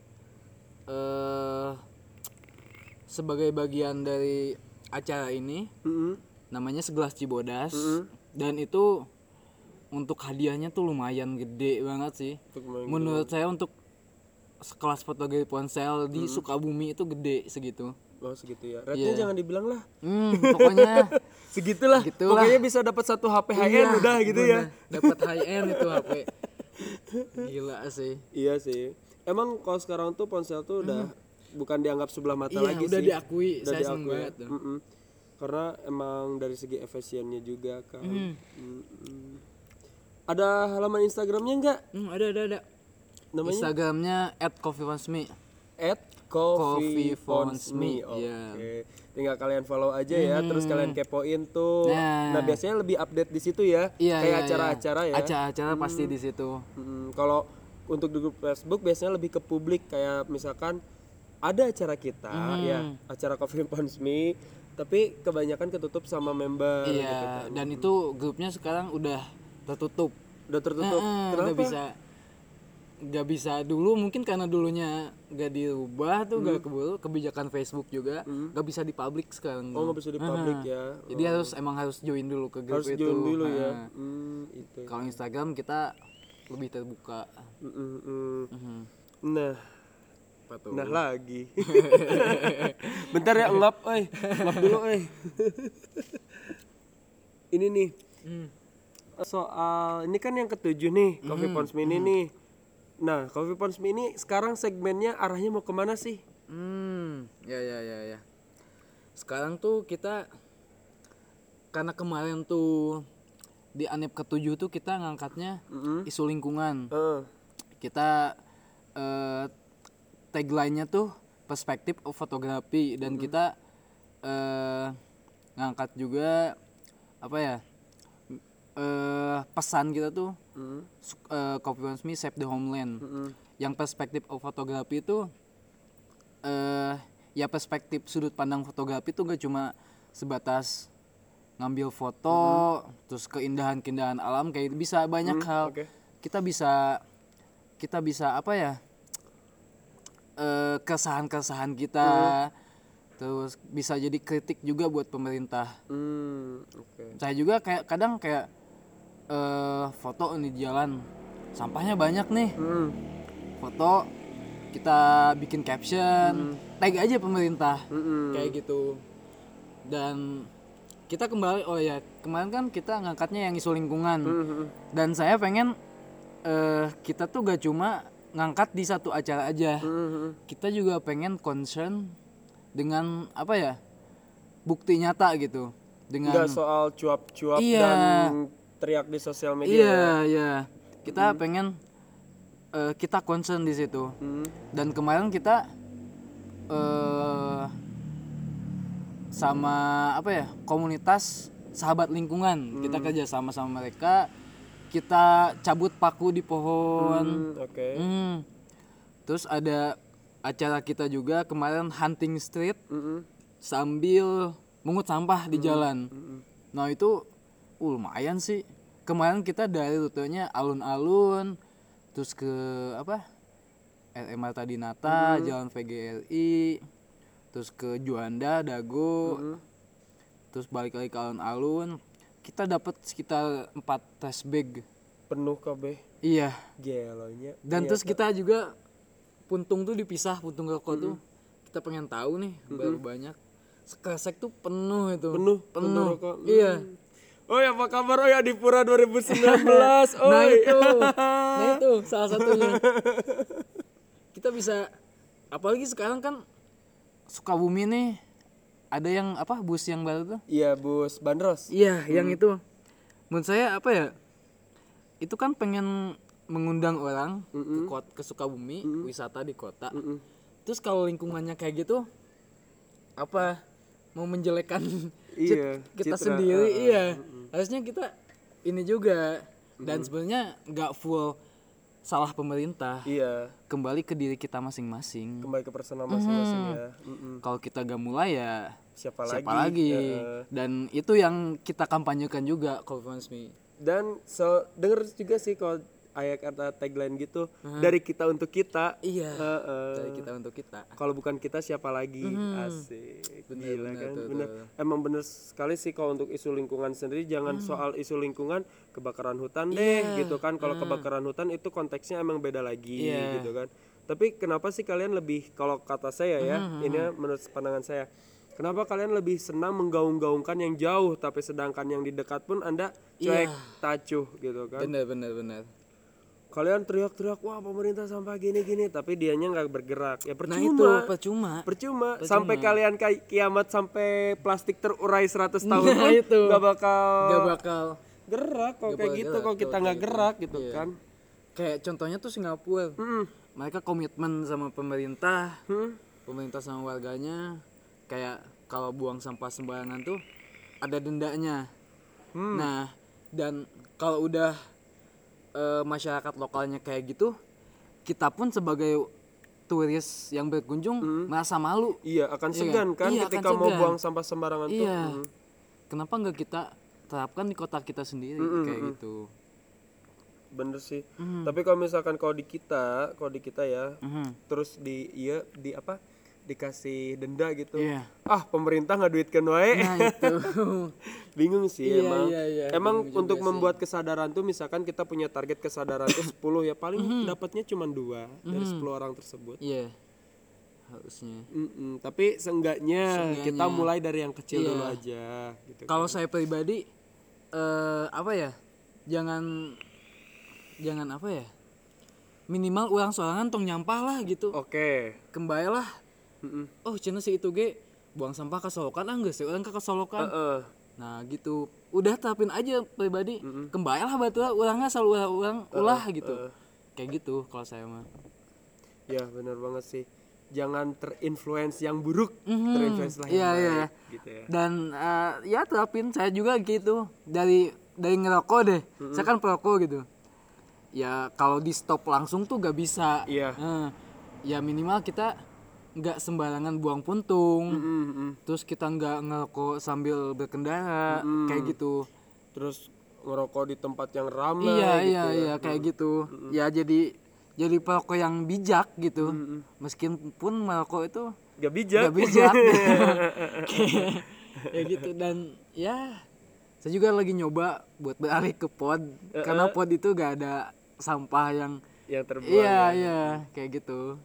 eh sebagai bagian dari acara ini Mhm. namanya Segelas Cibodas. Dan itu untuk hadiahnya tuh lumayan gede banget sih. Untuk main Menurut saya untuk sekelas fotografi ponsel di Sukabumi itu gede segitu. Oh segitu ya. Rate-nya Iya. jangan dibilang lah. Hmm, pokoknya Segitulah. Gitulah. Pokoknya bisa dapat satu H P high end iya, udah gitu ya. bener. Dapat high end itu H P. Gila sih. Iya sih. Emang kalau sekarang tuh ponsel tuh udah bukan dianggap sebelah mata Iya, lagi udah sih. diakui. Udah Saya seneng diakui. banget tuh. Mm-mm. Karena emang dari segi efisiennya juga kan. Mm-mm. Ada halaman Instagramnya enggak? Hmm, ada ada ada. Namanya? Instagramnya at coffee ponsme. at Coffee coffee Phones phones me. Me, Oke. iya. Tinggal kalian follow aja ya, terus kalian kepoin tuh. Nah. Nah, biasanya lebih update di situ ya. Iya, kayak iya, acara-acara iya. ya. Acara-acara pasti di situ. Mm, kalau untuk di grup Facebook biasanya lebih ke publik, kayak misalkan ada acara kita ya, acara Coffee Phones Me, tapi kebanyakan ketutup sama member Iya, gitu kan. dan itu grupnya sekarang udah tertutup. Udah tertutup. Heeh, Kenapa? nggak bisa nggak bisa dulu, mungkin karena dulunya nggak dirubah tuh, nggak keburu kebijakan Facebook juga nggak bisa di publik sekarang. Oh, nggak bisa di publik ya. Jadi harus emang harus join dulu ke grup Harus itu. join dulu ya. Heeh. Hmm, itu. Kalau Instagram kita lebih terbuka. Mm, mm, mm. Mhm. Nah, Apa tuh? nah lagi. Bentar ya, ngap, eh, ngap dulu, eh. Ini nih. Hmm. Soal ini kan yang ketujuh nih, Coffee Phones Me ini nih. Nah, Coffee Phones Me ini sekarang segmennya arahnya mau kemana sih? Hmm, ya ya ya ya. Sekarang tuh kita karena kemarin tuh di Anip ketujuh tuh kita ngangkatnya isu lingkungan. Heeh. Kita eh, tagline-nya tuh perspektif of fotografi, dan kita eh, ngangkat juga apa ya? eh, pesan kita tuh su- eh, Coffee Phones Me Save the Homeland. Yang perspektif of fotografi itu eh ya perspektif sudut pandang fotografi tuh gak cuma sebatas ngambil foto terus keindahan-keindahan alam, kayak bisa banyak hal. oke. Kita bisa kita bisa apa ya? eh keresahan-keresahan kita. Terus bisa jadi kritik juga buat pemerintah. Hmm, oke. Saya juga kayak kadang kayak eh foto ini di jalan, sampahnya banyak nih. Hmm. Foto kita bikin caption, tag aja pemerintah, Mm-mm. kayak gitu. Dan kita kembali, oh ya kemarin kan kita ngangkatnya yang isu lingkungan. Mhm. Dan saya pengen eh kita tuh gak cuma ngangkat di satu acara aja, Mhm. kita juga pengen concern dengan apa ya, bukti nyata gitu, dengan Enggak soal cuap-cuap Iya. dan teriak di sosial media. iya iya kita pengen eh, kita concern di situ. Hmm. Dan kemarin kita eh sama apa ya, komunitas sahabat lingkungan, kita kerja sama sama mereka, kita cabut paku di pohon. Hmm, oke. Hmm. Terus ada acara kita juga kemarin hunting street Mm-mm. sambil mungut sampah di jalan. Nah itu uh, lumayan sih. Kemarin kita dari rutenya alun-alun, terus ke apa, R M Marta Dinata, Jalan V G R I, terus ke Juanda, Dago, terus balik lagi ke alun-alun. Kita dapat sekitar empat trash bag. Penuh kabeh. Iya. Gelonya. Dan terus kita juga puntung tuh dipisah, puntung rokok tuh kita pengen tahu nih baru banyak. Sekresek tuh penuh itu. Penuh, penuh penuh. rokok. Iya. Oh ya, apa kabar oh ya di Pura dua ribu sembilan belas? Oh, Nah itu, nah itu salah satunya. Kita bisa, apalagi sekarang kan Sukabumi nih ada yang apa, bus yang baru tuh? Iya, bus bandros. Iya, yang itu. Menurut saya apa ya? Itu kan pengen mengundang orang ke kota, ke Sukabumi, wisata di kota. Terus kalau lingkungannya kayak gitu, apa mau menjelekkan Iya, cit- kita citra, sendiri? uh, uh, Iya, harusnya kita ini juga. Dan sebenarnya nggak full salah pemerintah, Iya, kembali ke diri kita masing-masing. kembali ke personal masing-masing ya. Mm-mm. Kalau kita gak mulai ya Siapa, siapa lagi? lagi? Heeh. Dan itu yang kita kampanyekan juga, Coffee Phones Me. Dan so denger juga sih kalau ayat kata tagline gitu, dari kita untuk kita. Iya. Heeh. Dari kita untuk kita. Kalau bukan kita siapa lagi? Asik. Bener, Gila bener, kan? tuh, Bener. tuh. Emang bener sekali sih kalau untuk isu lingkungan sendiri, jangan soal isu lingkungan kebakaran hutan deh Iya. gitu kan. Kalau kebakaran hutan itu konteksnya emang beda lagi Iya. gitu kan. Tapi kenapa sih kalian lebih, kalau kata saya ya, ini menurut pandangan saya, kenapa kalian lebih senang menggaung-gaungkan yang jauh, tapi sedangkan yang di dekat pun Anda cuek, Iya. tacuh gitu kan. Bener bener bener. Kalian teriak-teriak, wah pemerintah sampah gini-gini, tapi dianya nggak bergerak. Ya Nah percuma. itu percuma. Percuma. Sampai kalian kayak kiamat, sampai plastik terurai seratus tahun Nah, pun itu. nggak bakal Gak bakal. gerak kalau Nggak kayak bakal gitu, gerak kalau kita kalau nggak kayak gerak gitu. gitu Iya. kan. Kayak contohnya tuh Singapura. Mm-mm. mereka komitmen sama pemerintah, Hmm? pemerintah sama warganya. Kayak kalau buang sampah sembarangan tuh ada dendanya. Hmm. Nah, dan kalau udah e, masyarakat lokalnya kayak gitu, kita pun sebagai turis yang berkunjung Hmm. merasa malu. Iya, akan Iya segan kan Iya, ketika akan mau segan. buang sampah sembarangan tuh. Iya. Hmm. Kenapa nggak kita terapkan di kota kita sendiri Mm-mm, kayak mm-mm. gitu? Bener sih. Mhm. Tapi kalau misalkan kalau di kita, kalau di kita ya, Mhm. terus di iya di apa? Dikasih denda gitu. Iya. Ah, pemerintah nggak duitkan wae. Nah itu. Bingung sih Iya, emang. iya, iya. Emang Bingung juga untuk sih. membuat kesadaran tuh misalkan kita punya target kesadaran tuh sepuluh ya paling dapatnya cuma dua dari sepuluh orang tersebut. Iya. Harusnya. Mm-mm, tapi seenggaknya, Seenggaknya. kita mulai dari yang kecil Iya. dulu aja gitu. Kalau saya pribadi eh apa ya? Jangan jangan apa ya? Minimal uang sorangan tong nyampah lah gitu. Oke. Kembali lah. Mm-mm. Oh, cenah si itu ge buang sampah ke solokan ah geus urang ka solokan. Heeh. Nah, gitu. Udah terapin aja pribadi. Kembali lah batua urangnya selalu urang ulah gitu. Kayak gitu kalau saya mah. Ya benar banget sih. Jangan terinfluence yang buruk, Mhm. terinfluence lah yang Iya, baik iya. gitu ya. Dan eh, ya terapin saya juga gitu. Dari dari ngerokok deh. Saya kan perokok gitu. Ya kalau di stop langsung tuh gak bisa. Iya. Eh, ya minimal kita nggak sembarangan buang puntung. Mm-mm, mm. Terus kita nggak ngerokok sambil berkendara Mm-mm. kayak gitu. Terus ngerokok di tempat yang ramai Iya gitu iya ya. iya kayak gitu. Ya jadi jadi perokok yang bijak gitu. Meskipun merokok itu Gak bijak. nggak bijak. Kayak ya gitu. Dan ya saya juga lagi nyoba buat beralih ke pod karena pod itu gak ada sampah yang yang terbuang. iya ya. iya kayak gitu.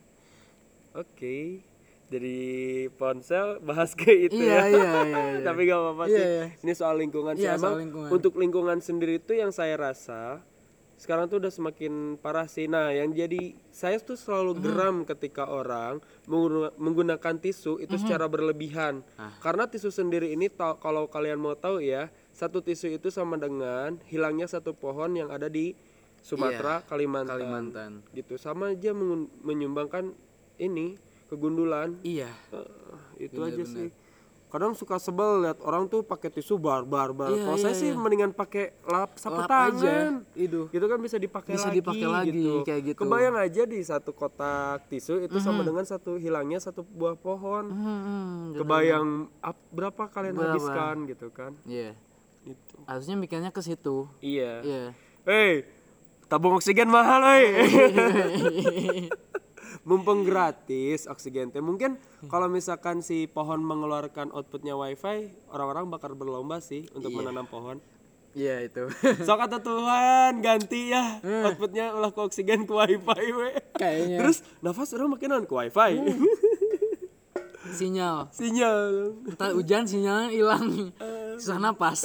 Oke. Dari ponsel bahas ke itu Iya ya. iya iya. iya. Tapi gak apa-apa Iya, sih. iya. Ini soal lingkungan sih. Iya, Emang soal lingkungan. untuk lingkungan sendiri itu yang saya rasa sekarang tuh udah semakin parah sih. Nah, yang jadi saya tuh selalu geram ketika orang mengguna- menggunakan tisu itu secara berlebihan. Karena tisu sendiri ini tau- kalau kalian mau tahu ya, satu tisu itu sama dengan hilangnya satu pohon yang ada di Sumatera, Kalimantan. Kalimantan. Gitu. Sama aja mengun- menyumbangkan ini kegundulan. Iya. Eh, itu aja sih. Kadang suka sebel lihat orang tuh pakai tisu bar-bar bar. Iya, Kalau iya, saya sih iya. mendingan pakai lap sapu Lap tangan. aja. Itu. Gitu kan bisa dipakai Bisa lagi. dipakai lagi, gitu. kayak gitu. Kebayang aja di satu kotak tisu itu sama dengan satu hilangnya satu buah pohon. Hmm, Kebayang ap- berapa kalian Berapa? habiskan gitu kan? Iya. Gitu. Harusnya mikirnya ke situ. Iya. Iya. Hei, tabung oksigen mahal, woi. Mumpung gratis oksigen teh, mungkin kalau misalkan si pohon mengeluarkan outputnya wifi, orang-orang bakal berlomba sih untuk menanam pohon. Iya itu. Sok kata Tuhan ganti ya outputnya ulah ke oksigen ke wifi we. Kayaknya. Terus nafas orang makin naon ke wifi. Sinyal. Sinyal. Entar hujan sinyalnya hilang. Susah napas.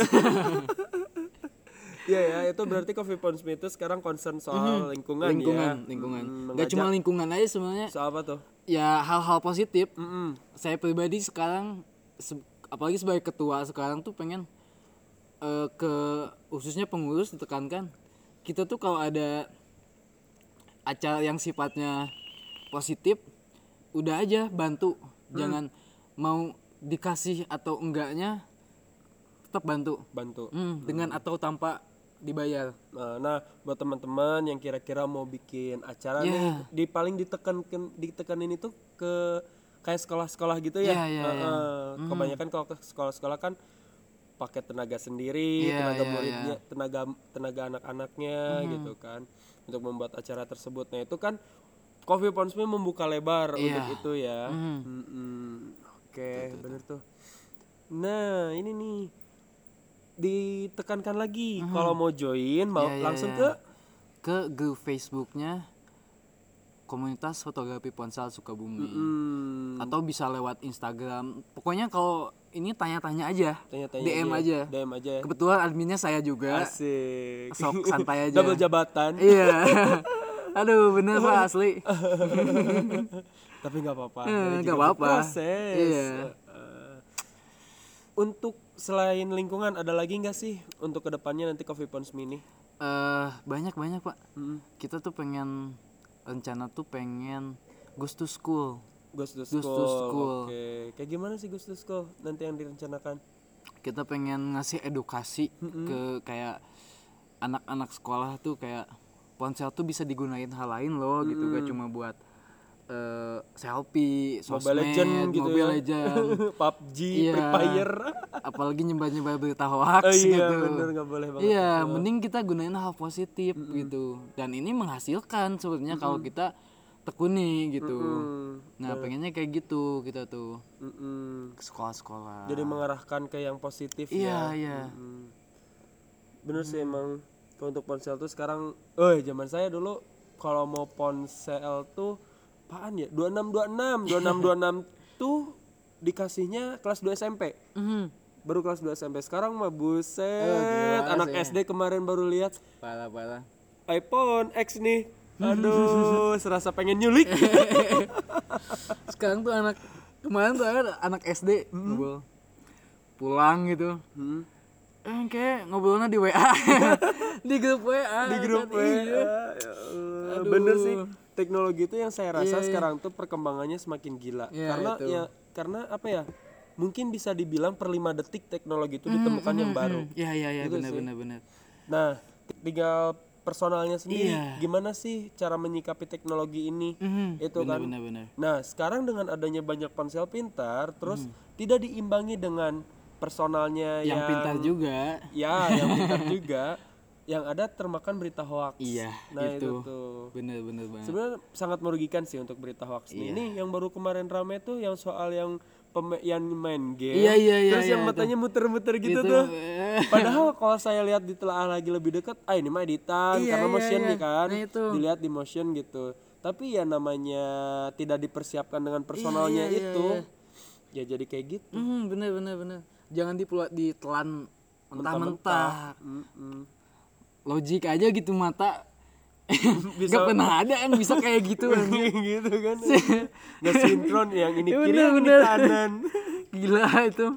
Iya ya, itu berarti Coffee Pond Smith itu sekarang concern soal lingkungan, lingkungan, ya. lingkungan. Hmm, Gak cuma lingkungan aja sebenarnya. soal apa tuh? Ya hal-hal positif. Mm-mm. Saya pribadi sekarang se- apalagi sebagai ketua sekarang tuh pengen eh, ke khususnya pengurus ditekankan kita tuh kalau ada acara yang sifatnya positif udah aja bantu. Jangan mau dikasih atau enggaknya tetap bantu. Bantu. Hmm, dengan atau tanpa dibayar. Nah, nah, buat teman-teman yang kira-kira mau bikin acara Ya. nih, di paling ditekankan ditekanin itu ke kayak sekolah-sekolah gitu ya. Ya, ya, Heeh. ya. Kebanyakan kalau ke sekolah-sekolah kan pakai tenaga sendiri, Ya, tenaga ya, muridnya, tenaga tenaga anak-anaknya gitu kan untuk membuat acara tersebut. Nah, itu kan Coffee Pond Smith membuka lebar Iya. untuk itu ya. Mm-mm. Oke, bener tuh. Nah, ini nih ditekankan lagi kalau mau join mau Ya, ya, langsung ya. ke ke grup Facebooknya komunitas fotografi ponsel Sukabumi. hmm, Atau bisa lewat Instagram. Pokoknya kalau ini tanya-tanya aja, tanya-tanya D M aja. D M aja. Kebetulan adminnya saya juga. Asik. Sok santai aja. Double jabatan. Iya. Aduh, bener Pak asli. Tapi nggak apa-apa. Eh, Ini nggak juga apa-apa. berproses. Iya. Eh, untuk selain lingkungan ada lagi nggak sih untuk kedepannya nanti Coffee Pond Smith ini? Eh banyak banyak Pak. Hmm. Kita tuh pengen rencana tuh pengen goes to school. Ghost to Ghost School. to School. Oke. Kayak gimana sih Ghost to School nanti yang direncanakan? Kita pengen ngasih edukasi ke kayak anak-anak sekolah tuh kayak ponsel tuh bisa digunain hal lain loh gitu, gak cuma buat eh, selfie, sosmed, Mobile Legend gitu Mobile ya. Legend. P U B G, Iya. Free Fire. Apalagi nyebar-nyebar berita hoax Oh iya, gitu. bener, nggak boleh banget Iya, itu. mending kita gunain hal positif gitu. Dan ini menghasilkan sebenarnya kalau kita tekuni gitu. Hmm. Nah, pengennya kayak gitu kita tuh Mm-mm. ke sekolah-sekolah. Jadi mengarahkan ke yang positif Iya, ya. iya. Mm. Bener sih emang kalau untuk ponsel tuh sekarang, eh zaman saya dulu kalau mau ponsel tuh apaan ya? dua enam dua enam, dua enam dua enam tuh dikasihnya kelas dua S M P. Mhm. Baru kelas dua S M P. Sekarang mah buset, Oh, gila anak sih. S D kemarin baru lihat Parah-parah. iPhone X nih. Aduh, serasa pengen nyulik. Sekarang tuh anak kemarin tuh ada anak S D ngobrol pulang gitu. Hmm. Eh kayak ngobrolnya di W A. Di grup W A. Di grup kan, W A. iya. Ya Allah. Bener sih. Teknologi itu yang saya rasa Iya, iya. sekarang tuh perkembangannya semakin gila. Iya, karena itu. ya karena apa ya? Mungkin bisa dibilang per lima detik teknologi itu ditemukan yang baru. Iya iya iya Gitu benar sih. benar benar. Nah, tinggal personalnya sendiri Iya. gimana sih cara menyikapi teknologi ini? Mhm, Itu benar kan. benar benar. Nah, sekarang dengan adanya banyak ponsel pintar, terus Hmm. tidak diimbangi dengan personalnya Yang yang, pintar juga. ya, yang pintar juga, yang ada termakan berita hoax. Iya, nah itu, itu. tuh. Benar benar banget. Sebenarnya sangat merugikan sih untuk berita hoax Iya. ini. Ini yang baru kemarin rame tuh yang soal yang pem- yang main game, Iya, iya, iya, terus iya, yang itu. matanya muter-muter gitu, Gitu. tuh. Eh. Padahal kalau saya lihat ditelaah lagi lebih dekat, ah ini mah editan Iya, karena iya, motion iya. nih kan, Nah, itu. dilihat di motion gitu. Tapi ya namanya tidak dipersiapkan dengan personalnya iya, iya, itu, iya. ya jadi kayak gitu. Mhm, benar benar benar. Jangan dipula ditelan mentah-mentah. Mm-mm. Logik aja gitu mata. Bisa- Gak pernah ada yang bisa kayak gitu anjing. gitu kan, nggak sinkron yang ini Ya, kiri bener, yang ini bener. kanan. Gila itu.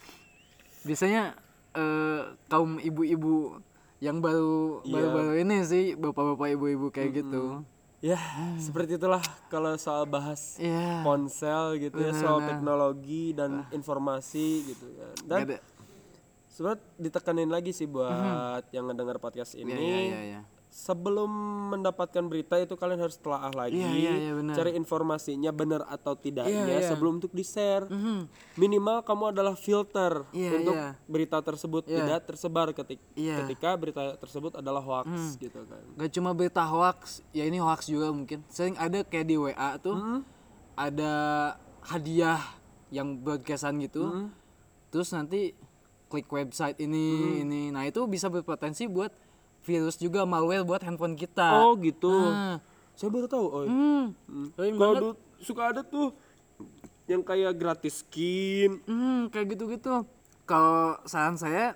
Biasanya eh, kaum ibu-ibu yang baru Iya. baru-baru ini sih bapak-bapak ibu-ibu kayak gitu. Ya, seperti itulah kalau soal bahas Iya. ponsel gitu ya, soal teknologi dan informasi gitu kan. Dan Gak ada. sebenarnya ditekanin lagi sih buat yang ngedengar podcast ini. Iya iya iya. Sebelum mendapatkan berita itu kalian harus telaah lagi, Iya, iya, iya, benar. cari informasinya benar atau tidaknya Iya, iya. sebelum untuk di-share. Mhm. Minimal kamu adalah filter Iya, untuk iya. berita tersebut Iya. tidak tersebar ketik- Iya. ketika berita tersebut adalah hoax gitu kan. Gak cuma berita hoax, ya ini hoax juga mungkin. Sering ada kayak di W A tuh ada hadiah yang broadcastan gitu. Terus nanti klik website ini ini. Nah, itu bisa berpotensi buat virus juga, malware buat handphone kita. Oh gitu. Nah. Saya baru tahu. Oh. Hmm. Hmm. Sering Kalau banget. dulu suka ada tuh yang kayak gratis skin. Hmm, kayak gitu-gitu. Kalau saran saya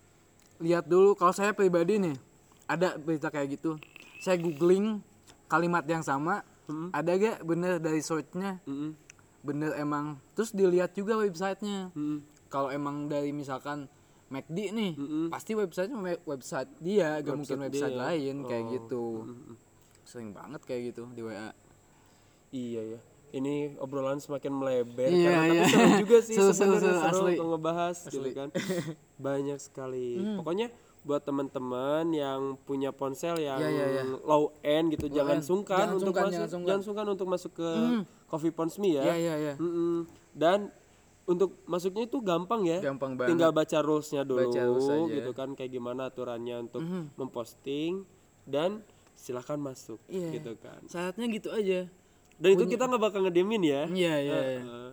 lihat dulu, kalau saya pribadi nih ada berita kayak gitu. Saya googling kalimat yang sama, ada gak bener dari search-nya, Mm-mm. bener emang. Terus dilihat juga websitenya. Mm-mm. Kalau emang dari misalkan McD nih, Mm-mm. pasti websitenya we- website dia, gak mungkin Website website dia. lain kayak Oh. gitu. Sering banget kayak gitu di W A. Iya ya. Ini obrolan semakin melebar Iya, karena iya. tapi seru juga sih Seru, seru, sebenarnya seru, seru asli. untuk ngebahas gitu kan. Banyak sekali. Pokoknya buat teman-teman yang punya ponsel yang Iya, iya, iya. low end gitu jangan end. sungkan Jangan untuk sungkan, masuk jangan sungkan. jangan sungkan untuk masuk ke Coffee Ponsmi ya. Iya, iya, iya. Mm-mm. Dan untuk masuknya itu gampang ya. Gampang banget. Tinggal baca rulesnya dulu Baca rules aja. gitu kan kayak gimana aturannya untuk memposting dan silahkan masuk Iya. gitu kan. Syaratnya gitu aja. Dan itu kita nggak bakal ngediemin ya. Iya, iya, iya. Heeh.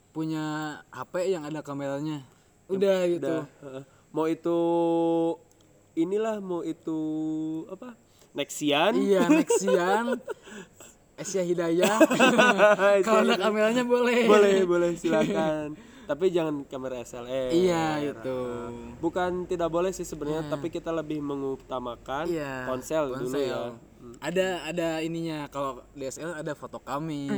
Punya H P yang ada kameranya. Udah gitu. Udah, heeh. Mau itu inilah mau itu apa? Nexian. Iya, Nexian, Asia Hidayah. Kalau ada kameranya boleh. boleh, boleh silakan. Tapi jangan kamera S L R. Iya, itu. Bukan tidak boleh sih sebenarnya, tapi kita lebih mengutamakan Iya. ponsel, dulu ponsel. ya. Ada ada ininya. Kalau D S L R ada foto kami.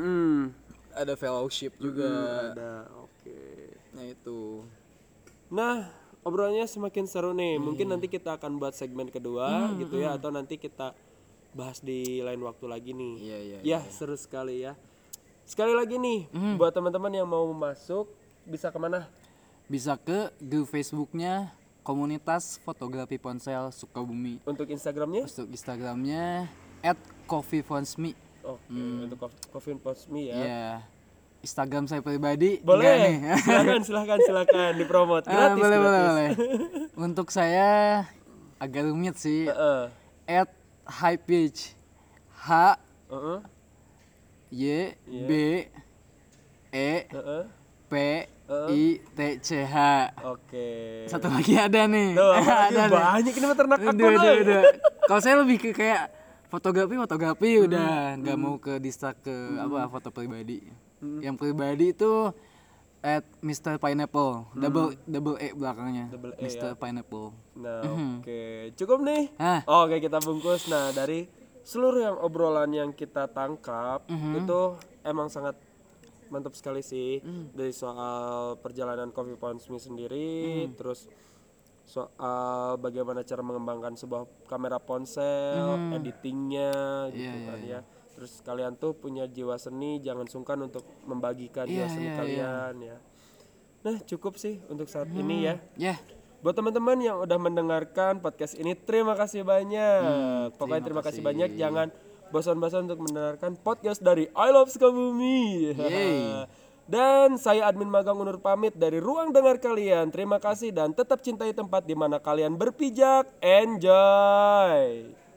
Ada fellowship juga. Ada, oke. Nah, itu. Nah, obrolannya semakin seru nih. Mungkin nanti kita akan buat segmen kedua gitu ya, atau nanti kita bahas di lain waktu lagi nih. Iya, iya, Ya, seru sekali ya. Sekali lagi nih, buat teman-teman yang mau masuk bisa kemana? Bisa ke grup Facebooknya Komunitas Fotografi Ponsel Sukabumi. Untuk Instagramnya? Untuk Instagramnya at coffeefonsme. Oke, untuk Coffee Post Me ya. Iya. Instagram saya pribadi Boleh. enggak nih? Silakan, silakan, silakan dipromot Ah, gratis. boleh, boleh, gratis. boleh. Untuk saya agak rumit sih. Heeh. At highpage H Heeh. Y B E Heeh. P I T C H. Oke. Satu lagi ada nih. Tuh, apalagi Ada nih. banyak ini mah ternak Udah, akun. udah, woy. udah. Kalau saya lebih ke kayak fotografi, fotografi udah nggak mau ke distract ke apa foto pribadi. Yang pribadi itu at mister Pineapple, double double E belakangnya. Double E mister Pineapple. Nah, oke. Cukup nih. Hah. Oke, kita bungkus. Nah, dari seluruh yang obrolan yang kita tangkap itu emang sangat mantap sekali sih. Dari soal perjalanan Coffee Pounds Me sendiri, terus soal bagaimana cara mengembangkan sebuah kamera ponsel, editingnya gitu Iya, kan ya. Terus kalian tuh punya jiwa seni, jangan sungkan untuk membagikan jiwa Iya, seni iya, kalian ya. Nah, cukup sih untuk saat ini ya. Ya, Buat teman-teman yang udah mendengarkan podcast ini, terima kasih banyak. Pokoknya terima, kasih banyak. Jangan bosan-bosan untuk mendengarkan podcast dari I Love Sukabumi. Yeay. Dan saya admin magang undur pamit dari ruang dengar kalian. Terima kasih dan tetap cintai tempat di mana kalian berpijak. Enjoy.